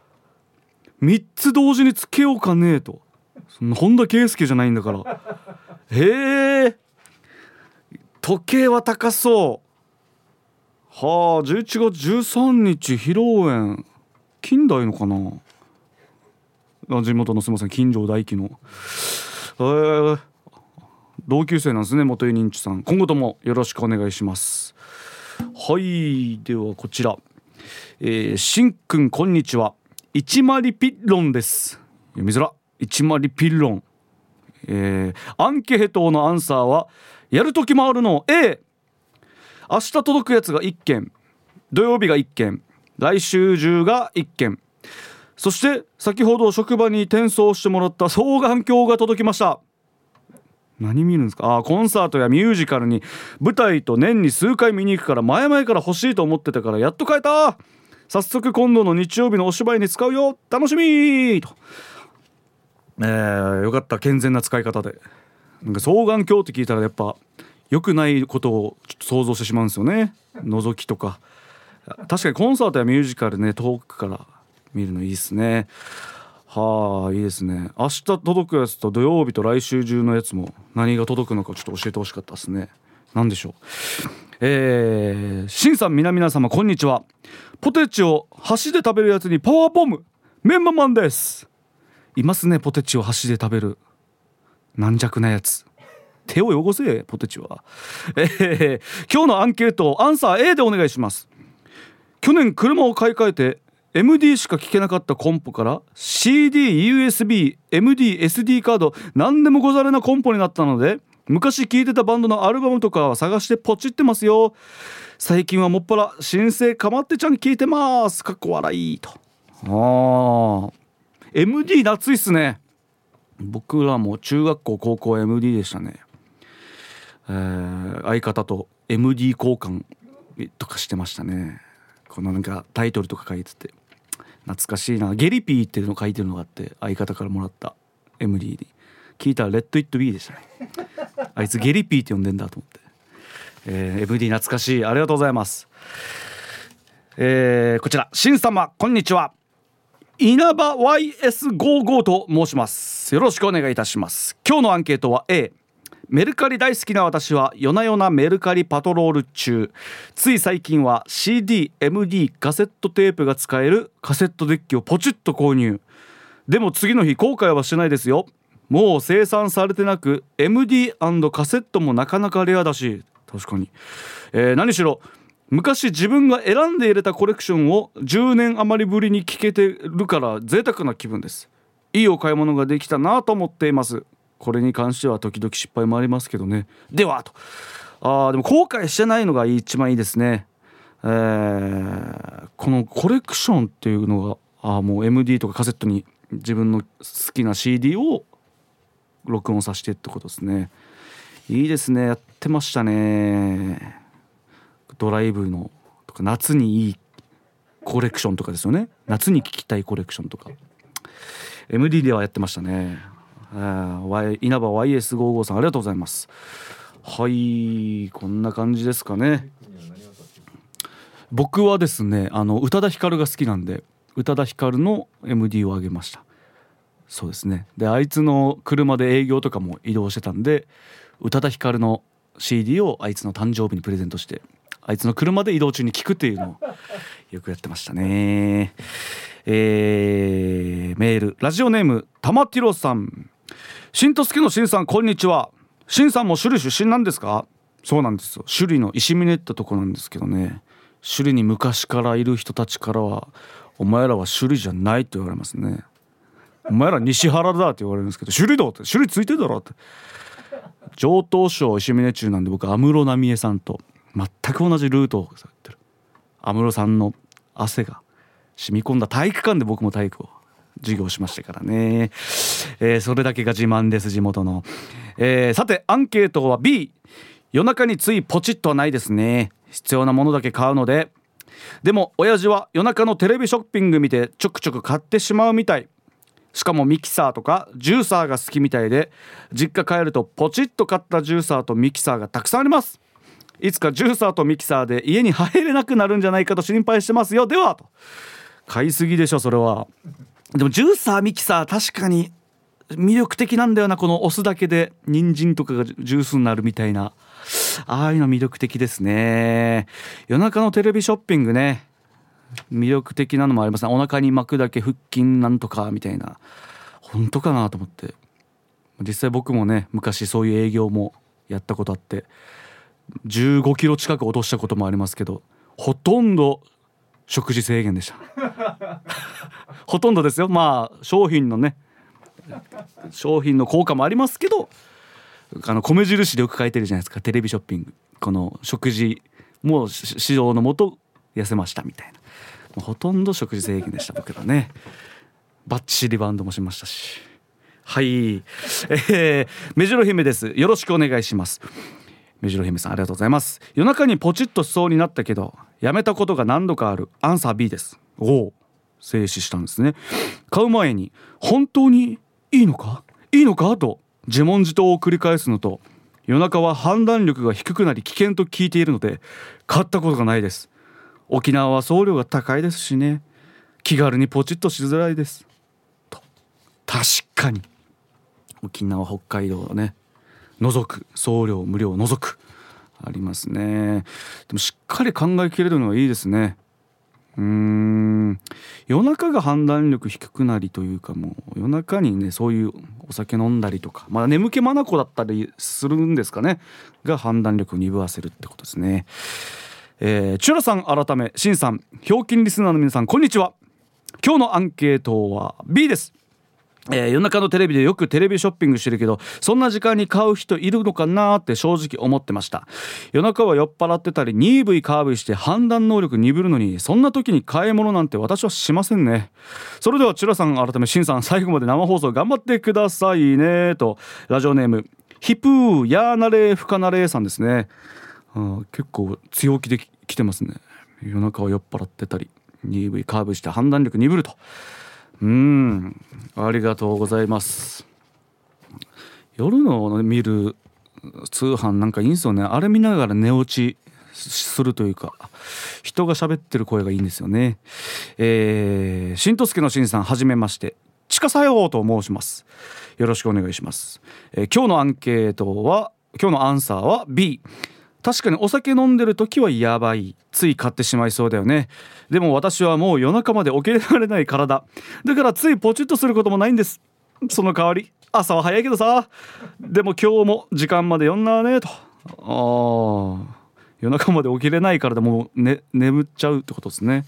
。3つ同時につけようかねえと。そんな本田圭佑じゃないんだから。へえ、時計は高そう。はあ、11月13日披露宴、近代のかな。地元のすみません、近所大輝の、同級生なんですね、元井認知さん。今後ともよろしくお願いします。はい、ではこちら、しんくんこんにちは。一マリピッロンです。読みづら。一マリピッロン。アンケートのアンサーはやるときもあるの A。 明日届くやつが1件、土曜日が1件、来週中が1件、そして先ほど職場に転送してもらった双眼鏡が届きました。何見るんですか。コンサートやミュージカルに舞台と年に数回見に行くから前々から欲しいと思ってたからやっと買えた。早速今度の日曜日のお芝居に使うよ、楽しみと。よかった、健全な使い方で。なんか双眼鏡って聞いたらやっぱ良くないことをちょっと想像してしまうんですよね。覗きとか。確かにコンサートやミュージカルね、遠くから見るのいいですね。はあ、いいですね。明日届くやつと土曜日と来週中のやつも何が届くのかちょっと教えてほしかったですね。何でしょう。しんさん、皆様こんにちは。ポテチを箸で食べるやつにパワーボムメンママンです。いますね、ポテチを箸で食べる軟弱なやつ。手を汚せポテチは。今日のアンケートアンサー A でお願いします。去年車を買い替えて MD しか聞けなかったコンポから CD、USB、MD、SD カード何でもござれなコンポになったので、昔聴いてたバンドのアルバムとかを探してポチってますよ。最近はもっぱら新生かまってちゃん聴いてます。かっこ笑いと。MD 夏いっすね。僕らも中学校高校 MD でしたね。相方と MD 交換とかしてましたね。このなんかタイトルとか書いてて懐かしいな。ゲリピーっていうの書いてるのがあって、相方からもらった MD に聞いたらレッドイットビーでしたね。あいつゲリピーって呼んでんだと思って、MD 懐かしい。ありがとうございます。こちらしん様こんにちは、稲葉 YS55 と申します。よろしくお願いいたします。今日のアンケートは A。 メルカリ大好きな私は夜な夜なメルカリパトロール中。つい最近は CD、MD、カセットテープが使えるカセットデッキをポチッと購入。でも次の日後悔はしないですよ。もう生産されてなく MD& カセットもなかなかレアだし。確かに、何しろ昔自分が選んで入れたコレクションを10年余りぶりに聴けてるから贅沢な気分です。いいお買い物ができたなと思っています。これに関しては時々失敗もありますけどね。ではと。でも後悔してないのが一番いいですね。このコレクションっていうのがもう MD とかカセットに自分の好きな CD を録音させてってことですね。いいですね。やってましたね。ドライブのとか夏にいいコレクションとかですよね。夏に聴きたいコレクションとか MD ではやってましたね。稲葉 YS55 さんありがとうございます。はい、こんな感じですかね。僕はですね宇多田ヒカルが好きなんで宇多田ヒカルの MD をあげました。そうですね。であいつの車で営業とかも移動してたんで宇多田ヒカルの CD をあいつの誕生日にプレゼントしてあいつの車で移動中に聴くっていうのをよくやってましたね。メールラジオネーム玉ティロさん。しんとすけのしんさんこんにちは。しんさんも首里出身なんですか？そうなんですよ。首里の石峰ってとこなんですけどね。首里に昔からいる人たちからはお前らは首里じゃないと言われますね。お前ら西原だって言われるんですけど首里だって首里ついてるだろって。上東省石峰中なんで僕安室奈美恵さんと全く同じルートをされてる。安室さんの汗が染み込んだ体育館で僕も体育を授業しましたからね。それだけが自慢です地元の。さてアンケートは B。 夜中についポチッとはないですね。必要なものだけ買うので。でも親父は夜中のテレビショッピング見てちょくちょく買ってしまうみたい。しかもミキサーとかジューサーが好きみたいで実家帰るとポチッと買ったジューサーとミキサーがたくさんあります。いつかジューサーとミキサーで家に入れなくなるんじゃないかと心配してますよ。ではと。買いすぎでしょそれは。でもジューサーミキサー確かに魅力的なんだよな。この押すだけで人参とかがジュースになるみたいなああいうの魅力的ですね。夜中のテレビショッピングね魅力的なのもありますね。お腹に巻くだけ腹筋なんとかみたいな本当かなと思って実際僕もね昔そういう営業もやったことあって15キロ近く落としたこともありますけどほとんど食事制限でしたほとんどですよ。まあ商品の効果もありますけど米印でよく書いてるじゃないですかテレビショッピング。この食事も指導のもと痩せましたみたいなほとんど食事制限でした僕らね。バッチリバウンドもしましたし。はい目白姫です。よろしくお願いします。目白姫さんありがとうございます。夜中にポチッとしそうになったけどやめたことが何度かある。アンサー B です。おお静止したんですね。買う前に本当にいいのかと自問自答を繰り返すのと夜中は判断力が低くなり危険と聞いているので買ったことがないです。沖縄は送料が高いですしね気軽にポチッとしづらいですと。確かに沖縄北海道をね除く送料無料除くありますね。でもしっかり考えきれるのはいいですね。夜中が判断力低くなりというかもう夜中にねそういうお酒飲んだりとか眠気まなこだったりするんですかねが判断力を鈍わせるってことですね。チュラさん改めシンさんひょうきんリスナーの皆さんこんにちは。今日のアンケートは B です。夜中のテレビでよくテレビショッピングしてるけどそんな時間に買う人いるのかなって正直思ってました。夜中は酔っ払ってたり鈍いカーブして判断能力鈍るのにそんな時に買い物なんて私はしませんね。それではチュラさん改めシンさん最後まで生放送頑張ってくださいねと。ラジオネームヒプーヤーナレーフカナレーさんですね。結構強気で来てますね。夜中は酔っ払ってたり鈍いカーブして判断力鈍ると。ありがとうございます。夜の見る通販なんかいいんですよね。あれ見ながら寝落ちするというか、人が喋ってる声がいいんですよね。しんとすけのしんさん、はじめまして、ちかさようと申します。よろしくお願いします。今日のアンサーは B。 確かにお酒飲んでる時はやばい、つい買ってしまいそうだよね。でも私はもう夜中まで起きられない体だから、ついポチッとすることもないんです。その代わり朝は早いけどさ、でも今日も時間まで読んだねと。夜中まで起きれないからでもう、眠っちゃうってことですね。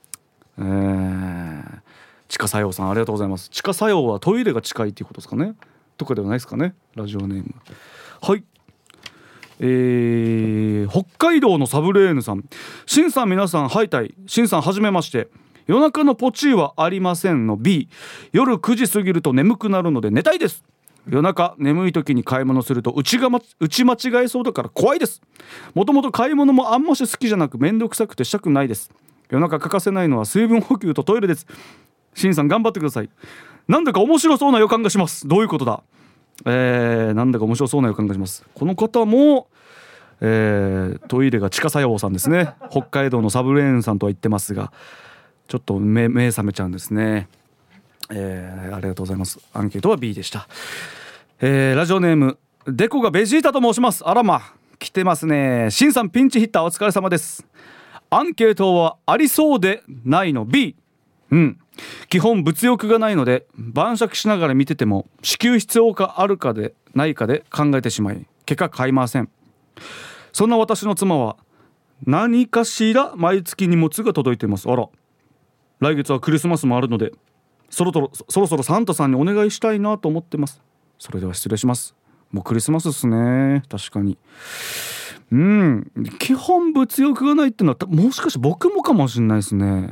地下作用さん、ありがとうございます。地下作用はトイレが近いっていうことですかね、とかではないですかね。ラジオネーム、はい。北海道のサブレーヌさん、しんさん皆さんハイタイ、しんさんはじめまして、夜中のポチーはありませんの B。 夜9時過ぎると眠くなるので寝たいです。夜中眠い時に買い物すると打ち間違えそうだから怖いです。もともと買い物もあんまし好きじゃなく、めんどくさくてしたくないです。夜中欠かせないのは水分補給とトイレです。しんさん頑張ってください。なんだか面白そうな予感がします。どういうことだ。なんだか面白そうな予感がします。この方も、トイレが地下作用さんですね。北海道のサブレーンさんとは言ってますが、ちょっと目覚めちゃうんですね。ありがとうございます。アンケートは B でした。ラジオネームデコがベジータと申します。あらま、来てますね。しんさんピンチヒッターお疲れ様です。アンケートはありそうでないの B。基本物欲がないので、晩酌しながら見てても支給必要かあるかでないかで考えてしまい、結果買いません。そんな私の妻は何かしら毎月荷物が届いています。あら、来月はクリスマスもあるので、そろそろサンタさんにお願いしたいなと思ってます。それでは失礼します。もうクリスマスですね。確かに。基本物欲がないっていうのはもしかして僕もかもしれないですね。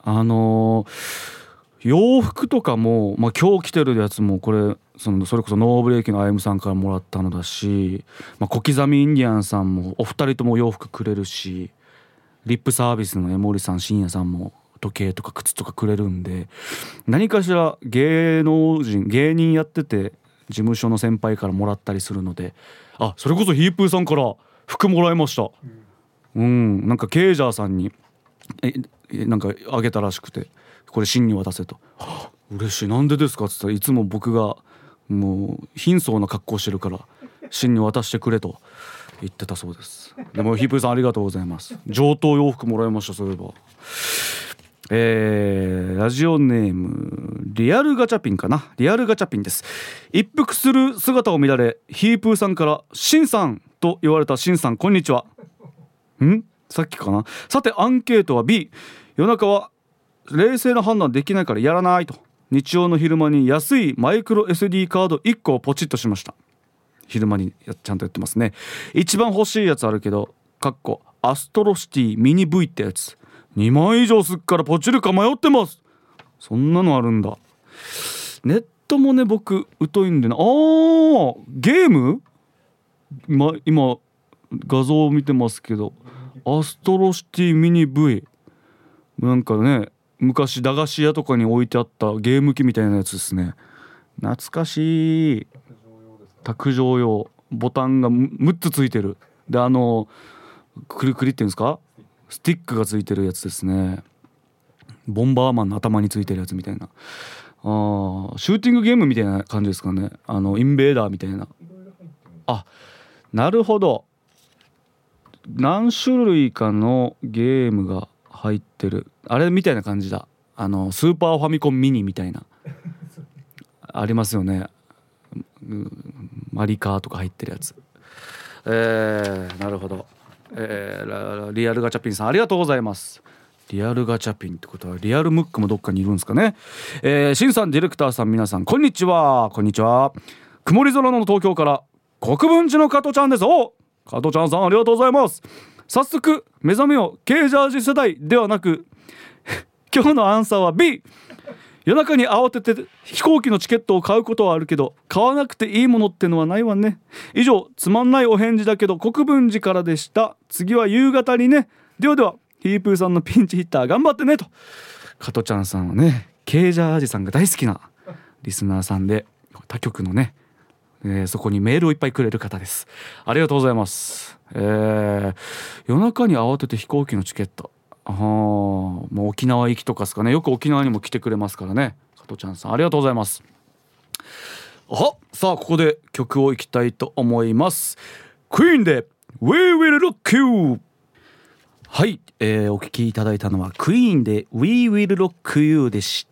洋服とかも、今日着てるやつもこれそれこそノーブレーキのあゆむさんからもらったのだし、小刻みインディアンさんもお二人とも洋服くれるし、リップサービスの江森さん、深夜さんも時計とか靴とかくれるんで、何かしら芸人やってて事務所の先輩からもらったりするので、それこそヒープーさんから服もらいました。なんかケイジャーさんになんかあげたらしくて、これ真に渡せと。嬉しい、なんでですかって言ったら、いつも僕がもう貧相な格好してるから真に渡してくれと言ってたそうです。でもヒープーさんありがとうございます。上等洋服もらいました。そういえば。ラジオネームリアルガチャピンかな。リアルガチャピンです。一服する姿を見られ、ヒープーさんからシンさんと言われたシンさん、こんにちは。さっきかな。さてアンケートは B。 夜中は冷静な判断できないからやらないと、日曜の昼間に安いマイクロ SD カード1個をポチッとしました。昼間にちゃんとやってますね。一番欲しいやつあるけど、アストロシティミニ V ってやつ2万以上すっからポチるか迷ってます。そんなのあるんだ。ネットもね、僕疎いんでな。ゲーム、今画像を見てますけど、アストロシティミニ V、 なんかね、昔駄菓子屋とかに置いてあったゲーム機みたいなやつですね。懐かしい。卓上用、ボタンが6つついてる。でクリクリっていうんですか、スティックがついてるやつですね。ボンバーマンの頭についてるやつみたいな。シューティングゲームみたいな感じですかね。インベーダーみたいな。なるほど。何種類かのゲームが入ってる、あれみたいな感じだ。スーパーファミコンミニみたいなありますよね。マリカーとか入ってるやつ。なるほど。リアルガチャピンさんありがとうございます。リアルガチャピンってことはリアルムックもどっかにいるんですかね。シンさん、ディレクターさん、皆さんこんにちは。こんにちは。曇り空の東京から国分寺の加藤ちゃんです。加藤ちゃんさんありがとうございます。早速目覚めよケージャージ世代ではなく今日のアンサーは B。 夜中に慌てて飛行機のチケットを買うことはあるけど、買わなくていいものってのはないわね。以上、つまんないお返事だけど国分寺からでした。次は夕方にね。ではでは、 ヒープーさんのピンチヒッター頑張ってねと。加トちゃんさんはねケージャージさんが大好きなリスナーさんで他局のね、そこにメールをいっぱいくれる方です。ありがとうございます。夜中に慌てて飛行機のチケット、もう沖縄行きとかですかね。よく沖縄にも来てくれますからね。加トちゃんさんありがとうございます。さあここで曲をいきたいと思います。クイーンで We Will Rock You。 はい、お聴きいただいたのはクイーンで We Will Rock You でした。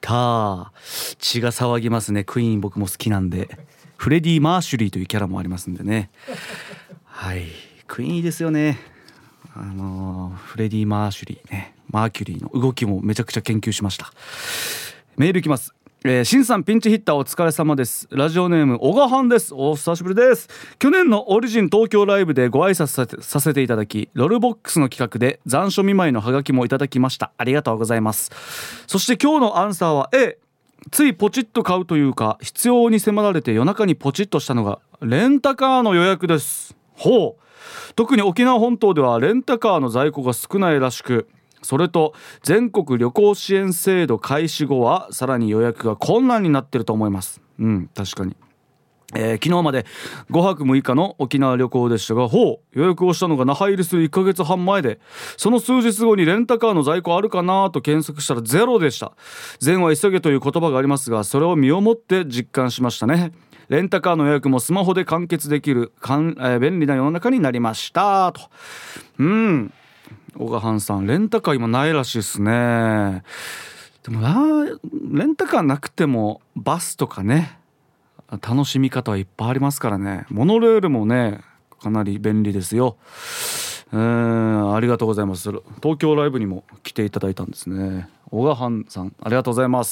血が騒ぎますね。クイーン僕も好きなんで。フレディ・マーシュリーというキャラもありますんでね。はい、クイーンいいですよね。フレディ・マーシュリーね、マーキュリーの動きもめちゃくちゃ研究しました。メールいきます。しんさんピンチヒッターお疲れ様です。ラジオネーム小川はんです。お久しぶりです。去年のオリジン東京ライブでご挨拶させていただき、ロルボックスの企画で残暑見舞いのハガキもいただきました。ありがとうございます。そして今日のアンサーは A。 ついポチッと買うというか必要に迫られて夜中にポチッとしたのがレンタカーの予約です。特に沖縄本島ではレンタカーの在庫が少ないらしく、それと全国旅行支援制度開始後はさらに予約が困難になっていると思います。確かに、昨日まで5泊6日の沖縄旅行でしたが、予約をしたのが那覇入りする1ヶ月半前で、その数日後にレンタカーの在庫あるかなと検索したらゼロでした。善は急げという言葉がありますが、それを身をもって実感しましたね。レンタカーの予約もスマホで完結できる便利な世の中になりましたと。小川はんさんレンタカー今ないらしいですね。でもレンタカーなくてもバスとかね楽しみ方はいっぱいありますからね。モノレールもねかなり便利ですよ。ありがとうございます。東京ライブにも来ていただいたんですね。小川はんさんありがとうございます。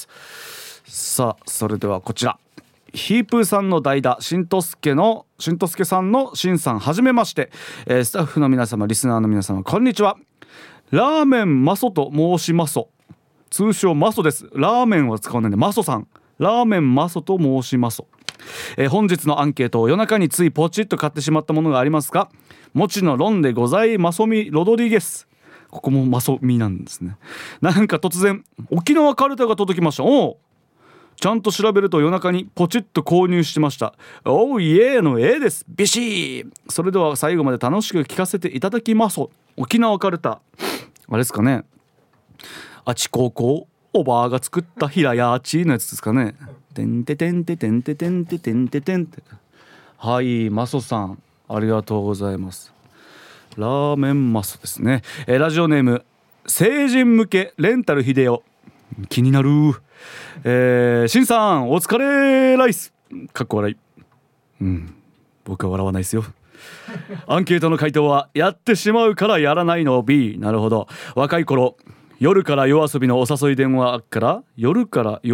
さあそれではこちらヒープーさんの代打しんとすけさんのしんさんはじめまして、スタッフの皆様リスナーの皆様こんにちは。ラーメンマソと申します。通称マソです。ラーメンは使わないんでマソさん、ラーメンマソと申します。本日のアンケートを夜中についポチッと買ってしまったものがありますか。もちのロンでございマソミロドリゲス。ここもマソミなんですね。なんか突然沖縄カルタが届きました。ちゃんと調べると夜中にポチッと購入してました。おーイエーの A です。ビシー。それでは最後まで楽しく聞かせていただきます。沖縄カルタあれですかね。あち高校おばあが作った平屋あちのやつですかね。てんててんててんててんててんててんて。はいマソさんありがとうございます。ラーメンマソですね。ラジオネーム成人向けレンタルヒデオ。気になる。しんさんお疲れライスかっこ笑い。僕は笑わないですよ。アンケートの回答はやってしまうからやらないの B。 なるほど。若い頃夜から夜遊びのお誘い電話あっから夜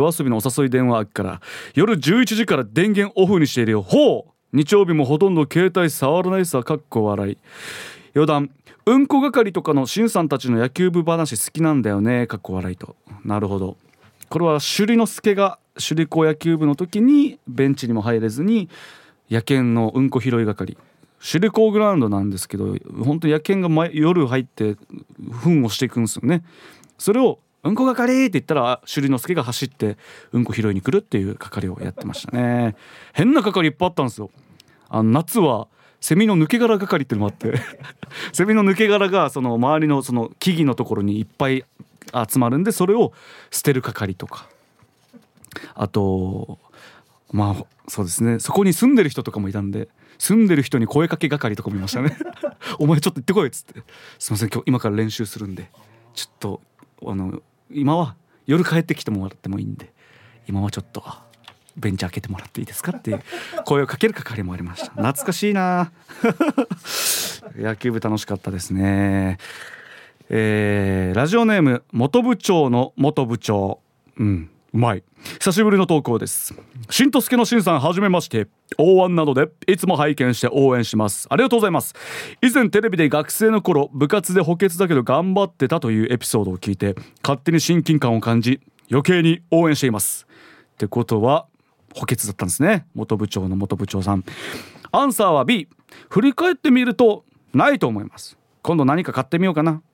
11時から電源オフにしているよ。日曜日もほとんど携帯触らないさかっこ笑い。余談うんこ係とかのしんさんたちの野球部話好きなんだよねかっこ笑いと。なるほど。これは首里之助が首里高野球部の時にベンチにも入れずに野犬のうんこ拾い係、首里高グラウンドなんですけど本当に野犬が夜入って糞をしていくんですよね。それをうんこ係って言ったら首里之助が走ってうんこ拾いに来るっていう係をやってましたね。変な係いっぱいあったんですよ。夏はセミの抜け殻係っていうのもあってセミの抜け殻がその周りのその木々のところにいっぱい集まるんでそれを捨てる係とか、あとそうですねそこに住んでる人とかもいたんで住んでる人に声かけ係とかもいましたねお前ちょっと行ってこいっつって、すいません今から練習するんでちょっと今は夜帰ってきてもらってもいいんで今はちょっとベンチ開けてもらっていいですかっていう声をかける係もありました。懐かしいな野球部楽しかったですね。ラジオネーム元部長の元部長。うまい。久しぶりの投稿です。しんとすけのしんさんはじめまして。O1などでいつも拝見して応援します。ありがとうございます。以前テレビで学生の頃部活で補欠だけど頑張ってたというエピソードを聞いて勝手に親近感を感じ余計に応援しています。ってことは補欠だったんですね。元部長の元部長さん。アンサーは B。 振り返ってみるとないと思います。今度何か買ってみようかな。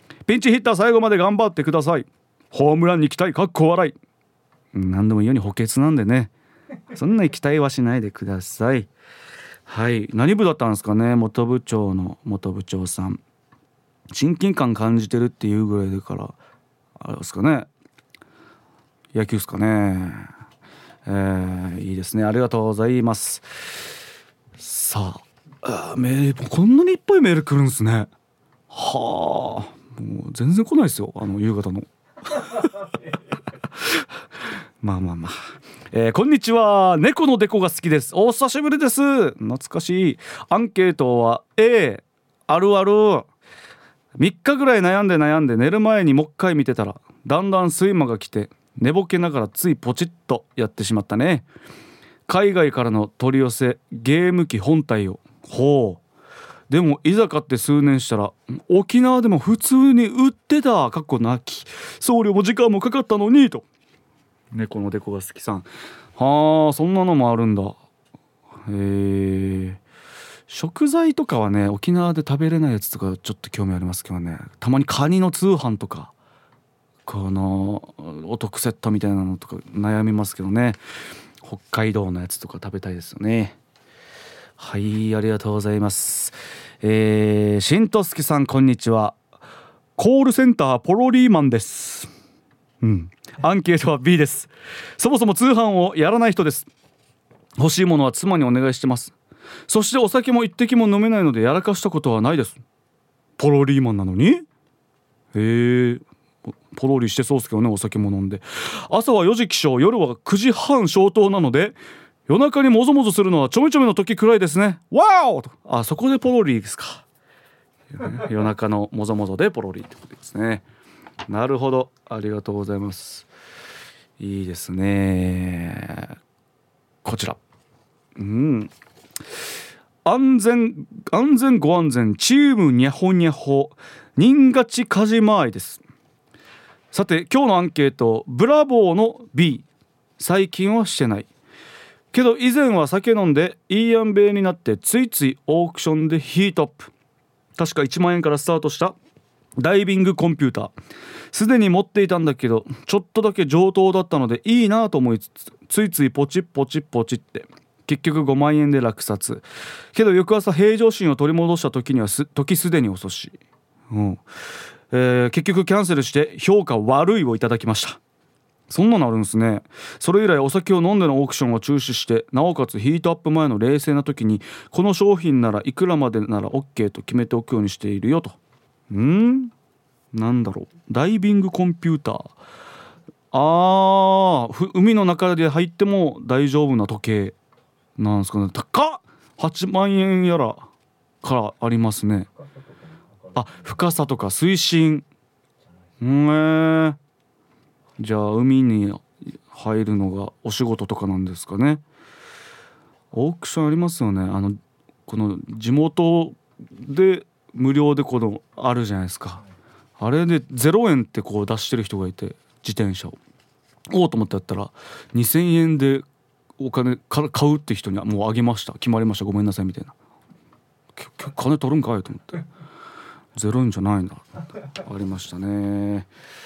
ピンチヒッター最後まで頑張ってください。ホームランに期待かっこ笑い。何でもいいように補欠なんでね、そんなに期待はしないでください。はい、何部だったんですかね。元部長の元部長さん、親近感感じてるっていうぐらいだから、あれですかね、野球ですかね。いいですね、ありがとうございます。さあ、メールこんなにいっぱいメール来るんですね。はあ、もう全然来ないですよ、夕方のまあ、こんにちは。猫のデコが好きです。お久しぶりです。懐かしい。アンケートは A、 あるある。3日ぐらい悩んで寝る前にもう一回見てたら、だんだん睡魔が来て寝ぼけながらついポチッとやってしまったね。海外からの取り寄せゲーム機本体を。ほう。でもいざ買って数年したら、沖縄でも普通に売ってた。かっこなき。送料も時間もかかったのにと。猫のデコが好きさん。はあ、そんなのもあるんだ。食材とかはね、沖縄で食べれないやつとかちょっと興味ありますけどね。たまにカニの通販とか、このお得セットみたいなのとか悩みますけどね。北海道のやつとか食べたいですよね。はい、ありがとうございます。しんとすきさん、こんにちは。コールセンターポロリーマンです。アンケートは B です。そもそも通販をやらない人です。欲しいものは妻にお願いしてます。そしてお酒も一滴も飲めないのでやらかしたことはないです。ポロリーマンなのに。ポロリしてそうですけどね、お酒も飲んで。朝は4時起床、夜は9時半消灯なので、夜中にもぞもぞするのはちょめちょめの時くらいですね。わーお。あ、そこでポロリですか。夜中のもぞもぞでポロリってことですね。なるほど、ありがとうございます。いいですね。こちら、安全ご安全チームニャホニャホ人勝ちカジマーイです。さて今日のアンケート、ブラボーの B。 最近はしてないけど以前は酒飲んでいいやんべいになってついついオークションでヒートアップ。確か1万円からスタートしたダイビングコンピューター、すでに持っていたんだけどちょっとだけ上等だったのでいいなと思いつつ、ついついポチッって結局5万円で落札。けど翌朝平常心を取り戻した時には時すでに遅し、結局キャンセルして評価悪いをいただきました。そんなのあるんですね。それ以来お酒を飲んでのオークションを中止して、なおかつヒートアップ前の冷静な時にこの商品ならいくらまでなら OK と決めておくようにしているよと。なんだろう、ダイビングコンピューター。海の中で入っても大丈夫な時計なんですかね。高っ、8万円やらからありますね。深さとか水深。じゃあ海に入るのがお仕事とかなんですかね。オークションありますよね。この地元で無料でこのあるじゃないですか。あれで0円ってこう出してる人がいて、自転車をと思ってやったら2000円でお金から買うって人にはもうあげました、決まりました、ごめんなさいみたいな。金取るんかいと思って、0円じゃないんだありましたね。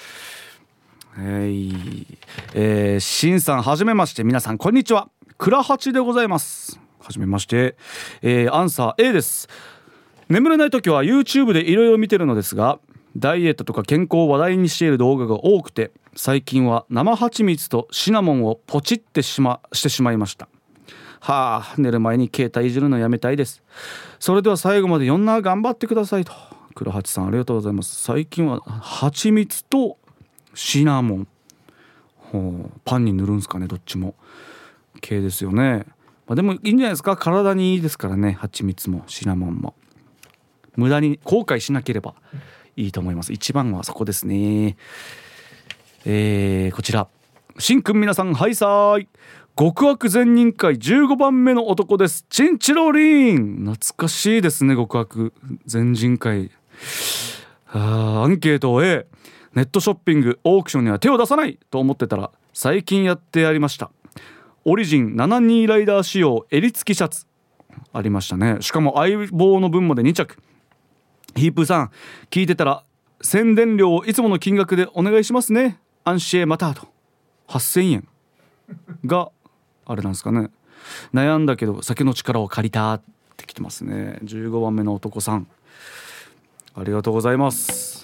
しんさん、はじめまして。皆さんこんにちは。倉八でございます。はじめまして。アンサー A です。眠れない時は YouTube でいろいろ見てるのですが、ダイエットとか健康を話題にしている動画が多くて、最近は生蜂蜜とシナモンをポチってしてしまいました。寝る前に携帯いじるのやめたいです。それでは最後まで4頑張ってくださいと。倉八さん、ありがとうございます。最近は蜂蜜とシナモン、パンに塗るんですかね、どっちも系ですよね。でもいいんじゃないですか、体にいいですからね、蜂蜜もシナモンも。無駄に後悔しなければいいと思います。一番はそこですね。こちら、しんくん、皆さんはいさーい。極悪善人会15番目の男です。チンチロリン、懐かしいですね、極悪善人会。アンケートを A。ネットショッピングオークションには手を出さないと思ってたら、最近やってやりました。オリジン72ライダー仕様襟付きシャツありましたね。しかも相棒の分まで2着。ヒープーさん聞いてたら宣伝料をいつもの金額でお願いしますね。アンシエマタード8000円があれなんですかね。悩んだけど酒の力を借りたって来てますね。15番目の男さん、ありがとうございます。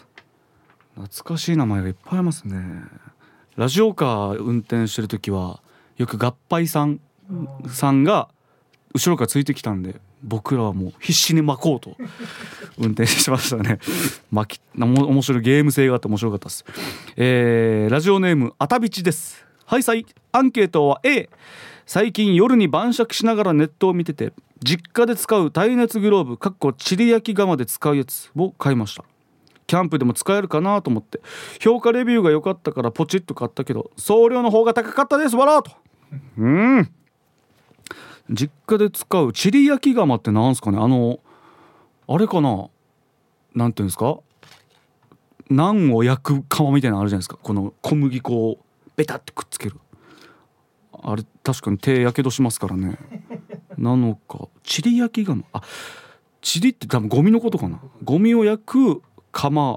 懐かしい名前がいっぱいありますね。ラジオカー運転してる時はよく合杯さんが後ろからついてきたんで、僕らはもう必死に巻こうと運転してましたね。面白いゲーム性があって面白かったです。ラジオネームあたびちです。はいさい、アンケートは A。 最近夜に晩酌しながらネットを見てて、実家で使う耐熱グローブチリ焼き釜で使うやつを買いました。キャンプでも使えるかなと思って、評価レビューが良かったからポチッと買ったけど送料の方が高かったです。笑うと。実家で使うチリ焼き釜ってなんすかね。あれかな、なんていうんですか、ナンを焼く釜みたいなのあるじゃないですか。この小麦粉をベタってくっつけるあれ、確かに手やけどしますからね。なのか、チリ焼き釜、チリって多分ゴミのことかな。ゴミを焼く釜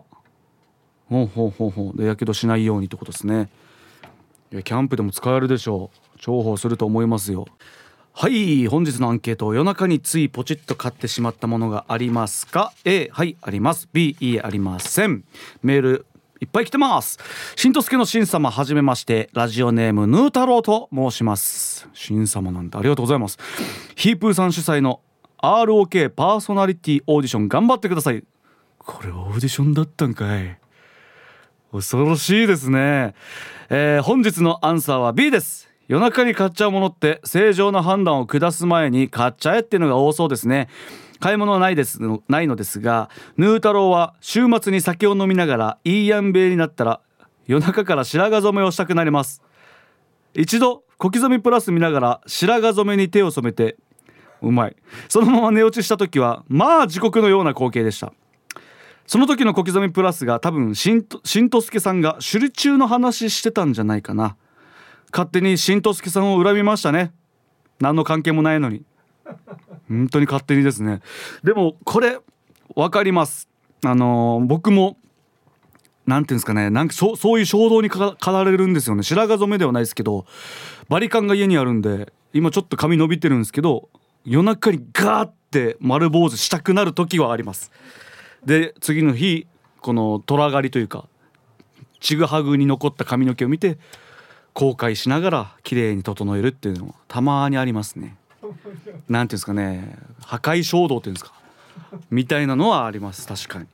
でやけどしないようにってことですね。いや、キャンプでも使えるでしょう。重宝すると思いますよ。はい、本日のアンケート、夜中についポチッと買ってしまったものがありますか。 A、 はいあります。 B、 いいえありません。メールいっぱい来てます。しんとすけのしん様、はじめまして。ラジオネームヌー太郎と申します。しん様なんてありがとうございます。ヒープーさん主催の ROK パーソナリティオーディション頑張ってください。これオーディションだったんかい。恐ろしいですね。本日のアンサーは B です。夜中に買っちゃうものって正常な判断を下す前に買っちゃえっていうのが多そうですね。買い物はないのですが、ヌー太郎は週末に酒を飲みながらいいやんべいになったら夜中から白髪染めをしたくなります。一度小刻みプラス見ながら白髪染めに手を染めて、うまい、そのまま寝落ちした時はまあ地獄のような光景でした。その時の小刻みプラスが多分しんとすけさんが首里中の話してたんじゃないかな。勝手にしんとすけさんを恨みましたね。何の関係もないのに。本当に勝手にですね。でもこれ分かります。僕もなんていうんですかね、なんかそういう衝動に駆られるんですよね。白髪染めではないですけど、バリカンが家にあるんで今ちょっと髪伸びてるんですけど、夜中にガーって丸坊主したくなる時はあります。で次の日この虎刈りというかちぐはぐに残った髪の毛を見て後悔しながら綺麗に整えるっていうのもたまにありますね。なんていうんですかね、破壊衝動っていうんですかみたいなのはあります。確かに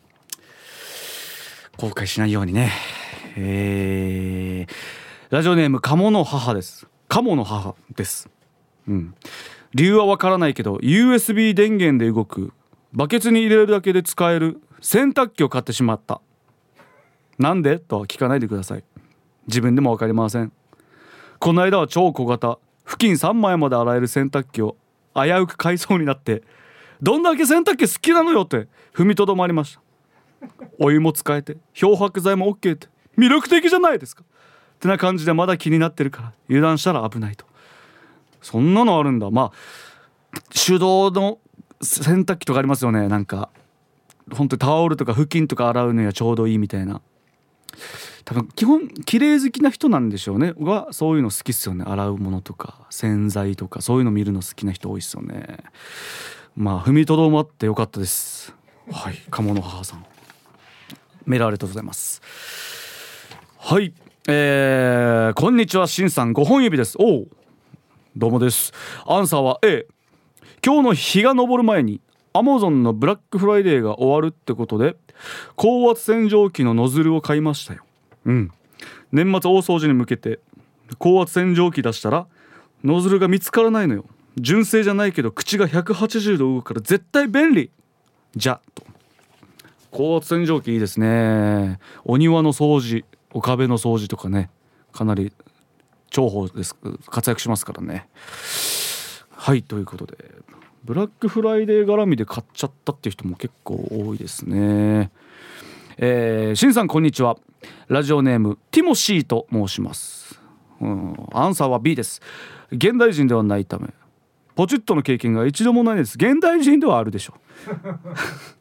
後悔しないようにね。ラジオネームカモの母です。カモの母です。理由はわからないけど USB 電源で動くバケツに入れるだけで使える洗濯機を買ってしまった。なんでとは聞かないでください。自分でも分かりません。この間は超小型布巾3枚まで洗える洗濯機を危うく買いそうになって、どんだけ洗濯機好きなのよって踏みとどまりました。お湯も使えて漂白剤も OK って魅力的じゃないですかってな感じで、まだ気になってるから油断したら危ないと。そんなのあるんだ。まあ手動の洗濯機とかありますよね。なんか本当にタオルとか布巾とか洗うのにはちょうどいいみたいな。多分基本綺麗好きな人なんでしょうね。はそういうの好きっすよね。洗うものとか洗剤とかそういうの見るの好きな人多いっすよね。まあ踏みとどまってよかったです。はい、鴨の母さんメールありがとうございます。はい、こんにちはしんさん、5本指です。おう、どうもです。アンサーは A。 今日の日が昇る前に Amazon のブラックフライデーが終わるってことで高圧洗浄機のノズルを買いましたよ。年末大掃除に向けて高圧洗浄機出したらノズルが見つからないのよ。純正じゃないけど口が180度動くから絶対便利じゃと。高圧洗浄機いいですね。お庭の掃除、お壁の掃除とかね、かなり重宝です。活躍しますからね。はい、ということでブラックフライデー絡みで買っちゃったっていう人も結構多いですね。しんさんこんにちは。ラジオネームティモシーと申します。アンサーは B です。現代人ではないためポチッとの経験が一度もないです。現代人ではあるでしょう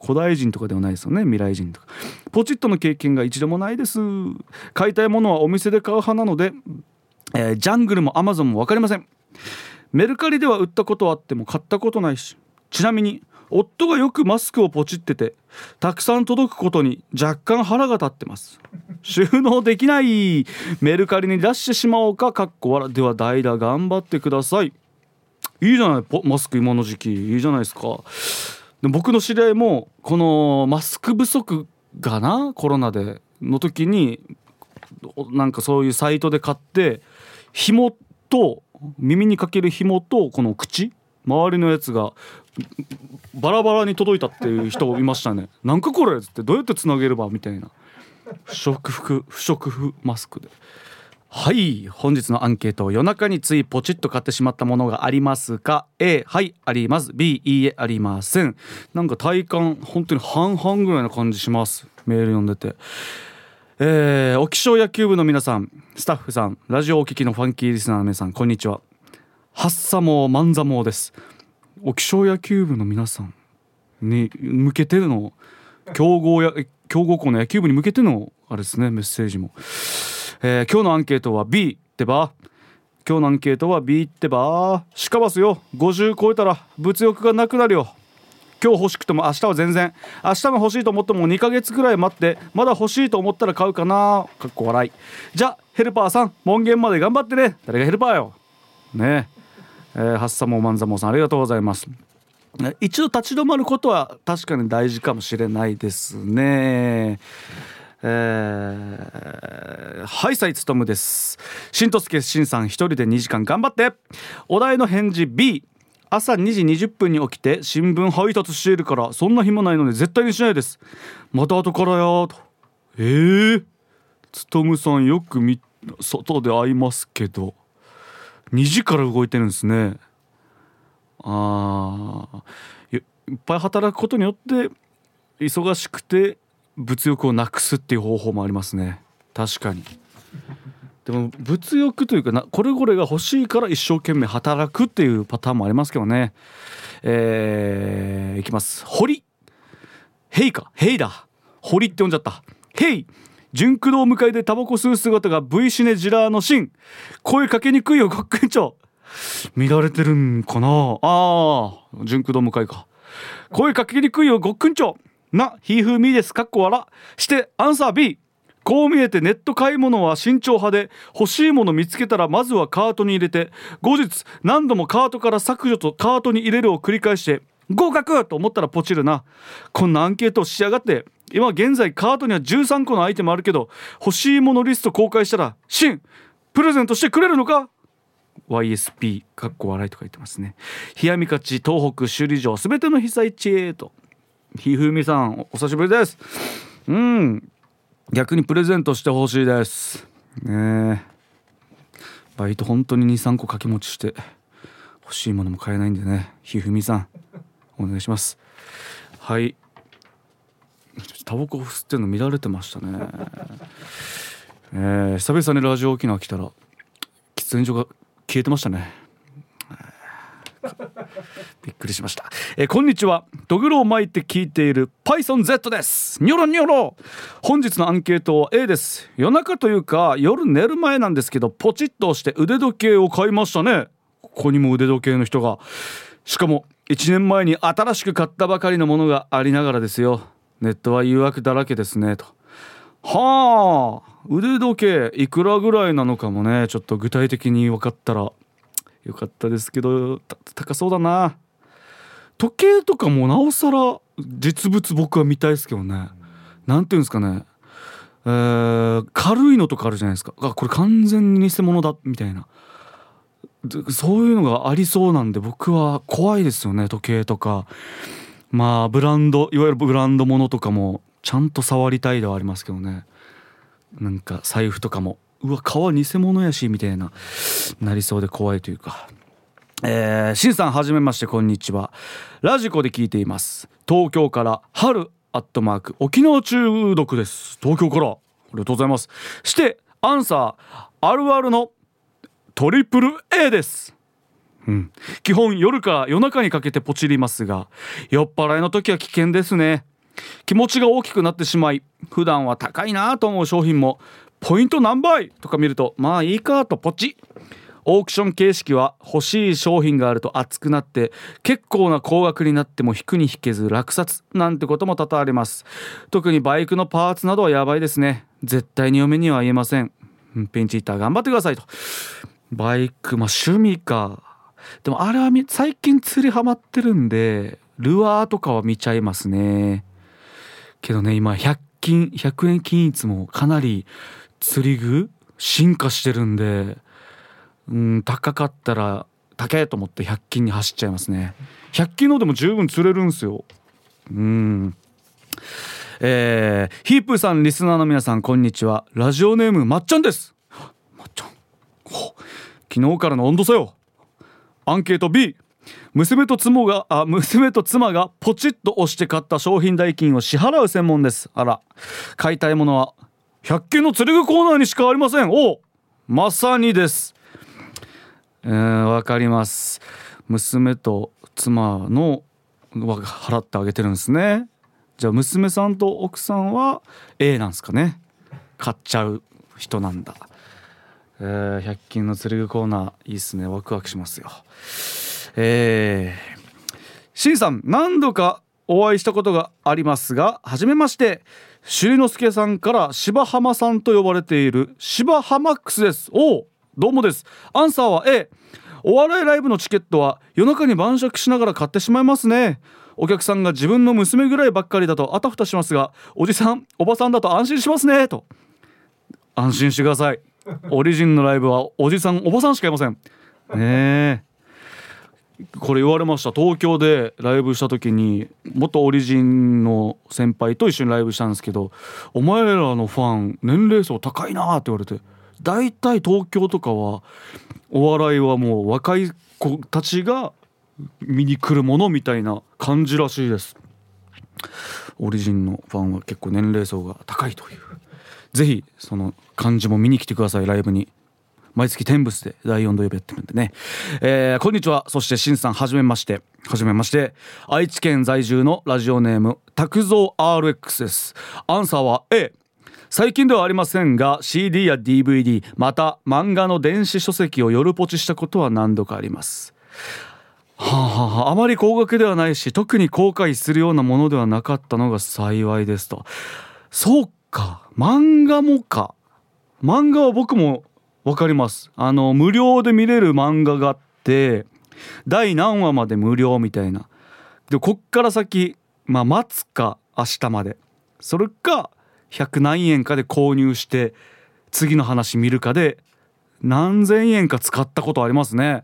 古代人とかではないですよね。未来人とか。ポチッとの経験が一度もないです。買いたいものはお店で買う派なので、ジャングルもアマゾンも分かりません。メルカリでは売ったことはあっても買ったことないし、ちなみに夫がよくマスクをポチっててたくさん届くことに若干腹が立ってます。収納できない。メルカリに出してしまおうか。では代打頑張ってください。いいじゃない、マスク今の時期いいじゃないですか。で僕の知り合いもこのマスク不足がな、コロナでの時になんかそういうサイトで買って紐と耳にかける紐とこの口周りのやつがバラバラに届いたっていう人いましたね。なんかこれっつって、どうやってつなげればみたいな。不織布マスクで。はい、本日のアンケート。夜中についポチッと買ってしまったものがありますか。 A はいあります。 B いいえありません。なんか体感本当に半々ぐらいな感じします。メール読んでて、お気象野球部の皆さん、スタッフさん、ラジオをお聞きのファンキーリスナーの皆さん、こんにちは。ハッサモーマンザモーです。お気象野球部の皆さんに向けての強豪校の野球部に向けてのあれですね、メッセージも、今日のアンケートは B ってば。今日のアンケートは B ってば。しかばすよ、50超えたら物欲がなくなるよ。今日欲しくても明日は全然、明日も欲しいと思っても2ヶ月くらい待ってまだ欲しいと思ったら買うかな。かっこ笑い。じゃあヘルパーさん、門限まで頑張ってね。誰がヘルパーよね。ハッサモーマンザモーさん、ありがとうございます。一度立ち止まることは確かに大事かもしれないですね。はい、さいつとむです。しんとすけしんさん、一人で2時間頑張って。お題の返事 B。 朝2時20分に起きて新聞配達しているからそんな暇ないので絶対にしないです。また後からやと。つとむさんよく外で会いますけど2時から動いてるんですね。いっぱい働くことによって忙しくて物欲をなくすっていう方法もありますね。確かに。でも物欲というかこれが欲しいから一生懸命働くっていうパターンもありますけどね。いきます。堀ヘイだ。堀って呼んじゃった。ヘイ純駆動迎えでタバコ吸う姿が V シネジラーのシン。声かけにくいよごっくんちょ。乱れてるんかな。純駆動迎えか。声かけにくいよごっくんちょな。ひーふーみーです。かっこ笑してアンサー B。 こう見えてネット買い物は慎重派で、欲しいもの見つけたらまずはカートに入れて、後日何度もカートから削除とカートに入れるを繰り返して合格と思ったらポチるな。こんなアンケートをしやがって。今現在カートには13個のアイテムあるけど、欲しいものリスト公開したらシンプレゼントしてくれるのか。 YSP かっこ笑いとか言ってますね。冷やみかち東北首里城すべての被災地へと。ひふみさんお久しぶりです。逆にプレゼントしてほしいですね。バイト本当に 2,3 個掛け持ちして欲しいものも買えないんでね。ひふみさんお願いします。はい、タバコ吸ってるの乱れてましたね。久々にラジオ沖縄来たら喫煙所が消えてましたね。びっくりしました。こんにちは。ドグロを巻いて聞いている PythonZ です。ニョロニョロ。本日のアンケートは A です。夜中というか夜寝る前なんですけど、ポチッと押して腕時計を買いましたね。ここにも腕時計の人が。しかも1年前に新しく買ったばかりのものがありながらですよ。ネットは誘惑だらけですねと。はあ、腕時計いくらぐらいなのかもね、ちょっと具体的に分かったらよかったですけど、高そうだな。時計とかもなおさら実物僕は見たいですけどね。なんていうんですかね、軽いのとかあるじゃないですか。これ完全に偽物だみたいな、そういうのがありそうなんで僕は怖いですよね。時計とかまあブランド、いわゆるブランドものとかもちゃんと触りたいではありますけどね。なんか財布とかも革偽物やしみたいななりそうで怖いというか。しんさんはじめまして、こんにちは。ラジコで聞いています。東京から春@沖縄中毒です。東京からありがとうございます。してアンサーあるあるのトリプル A です。基本夜から夜中にかけてポチりますが、酔っ払いの時は危険ですね。 気持ちが大きくなってしまい、普段は高いなと思う商品もポイント何倍とか見るとまあいいかとポチ。オークション形式は欲しい商品があると熱くなって結構な高額になっても引くに引けず落札なんてことも多々あります。特にバイクのパーツなどはやばいですね。絶対に嫁には言えません。ピンチヒッター頑張ってくださいと。バイク、趣味か。でもあれは最近釣りハマってるんでルアーとかは見ちゃいますね。けどね、今100円均一もかなり釣り具進化してるんで、高かったら高えと思って100均に走っちゃいますね。100均のでも十分釣れるんですよ。ヒープーさん、リスナーの皆さんこんにちは。ラジオネームまっちゃんです。まっちゃん、昨日からの温度差よ。アンケート B。 娘と妻がポチッと押して買った商品代金を支払う専門です。あら、買いたいものは100均の釣り具コーナーにしかありません。まさにです。わかります。娘と妻の払ってあげてるんですね。じゃあ娘さんと奥さんは A なんですかね。買っちゃう人なんだ。100均の釣り具コーナーいいっすね。ワクワクしますよ。シンさん、何度かお会いしたことがありますが、はじめまして。しゅりのすけさんから柴浜さんと呼ばれている柴浜ックスです。どうもです。アンサーは A。 お笑いライブのチケットは夜中に晩酌しながら買ってしまいますね。お客さんが自分の娘ぐらいばっかりだとあたふたしますが、おじさんおばさんだと安心しますねと。安心してください。オリジンのライブはおじさんおばさんしかいませんね。これ言われました。東京でライブした時に元オリジンの先輩と一緒にライブしたんですけど、お前らのファン年齢層高いなって言われて、だいたい東京とかはお笑いはもう若い子たちが見に来るものみたいな感じらしいです。オリジンのファンは結構年齢層が高いという。ぜひその感じも見に来てください。ライブに毎月天仏で第4土曜日やってるんでね。こんにちは。そしてしんさん、はじめまして。愛知県在住のラジオネーム拓蔵 RX です。アンサーは A。最近ではありませんが CD や DVD また漫画の電子書籍を夜ポチしたことは何度かあります。あまり高額ではないし特に後悔するようなものではなかったのが幸いですと。そうか、漫画もか。漫画は僕も分かります。無料で見れる漫画があって第何話まで無料みたいな。でこっから先待つか明日まで、それか100何円かで購入して次の話見るかで何千円か使ったことありますね。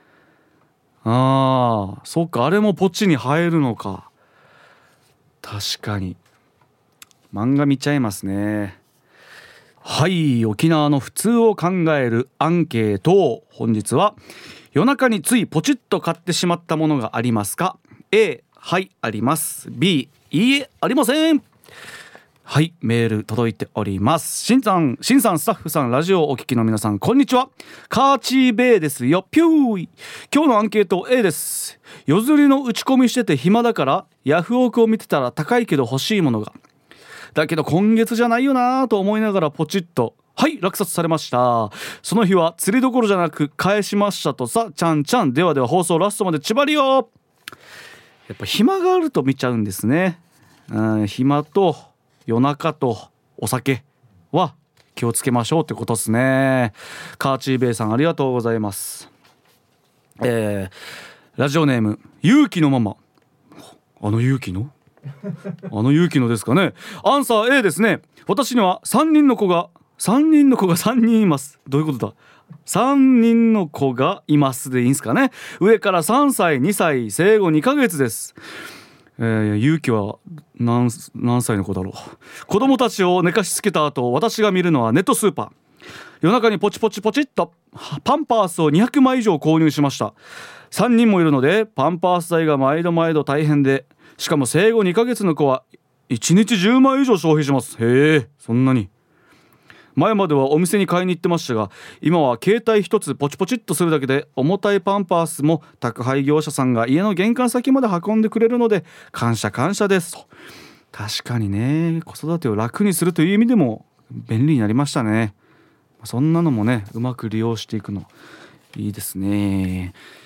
そうか、あれもポチに入るのか。確かに漫画見ちゃいますね。はい、沖縄の普通を考えるアンケート。本日は夜中についポチッと買ってしまったものがありますか。 A、 はいあります。 B、 いいえありません。はい、メール届いております。しんさん、スタッフさん、ラジオをお聞きの皆さんこんにちは。カーチーベイですよ。ピューイ。今日のアンケート A です。夜釣りの打ち込みしてて暇だからヤフオクを見てたら高いけど欲しいものが、だけど今月じゃないよなと思いながらポチッと、はい落札されました。その日は釣りどころじゃなく返しましたとさ。ちゃんちゃん。では放送ラストまでちばりよ。やっぱ暇があると見ちゃうんですね。暇と夜中とお酒は気をつけましょうってことですね。カーチーベイさんありがとうございます。ラジオネーム勇気のママ。勇気のですかね。アンサー A ですね。私には3人の子が3人います。どういうことだ。3人の子がいますでいいんですかね。上から3歳2歳生後2ヶ月です。勇気は何歳の子だろう。子供たちを寝かしつけた後、私が見るのはネットスーパー。夜中にポチッとパンパースを200枚以上購入しました。3人もいるのでパンパース代が毎度大変で、しかも生後2ヶ月の子は1日10枚以上消費します。へえ、そんなに。前まではお店に買いに行ってましたが、今は携帯一つポチッとするだけで重たいパンパースも宅配業者さんが家の玄関先まで運んでくれるので感謝ですと。 確かにね、子育てを楽にするという意味でも便利になりましたね。そんなのもね、うまく利用していくのいいですね。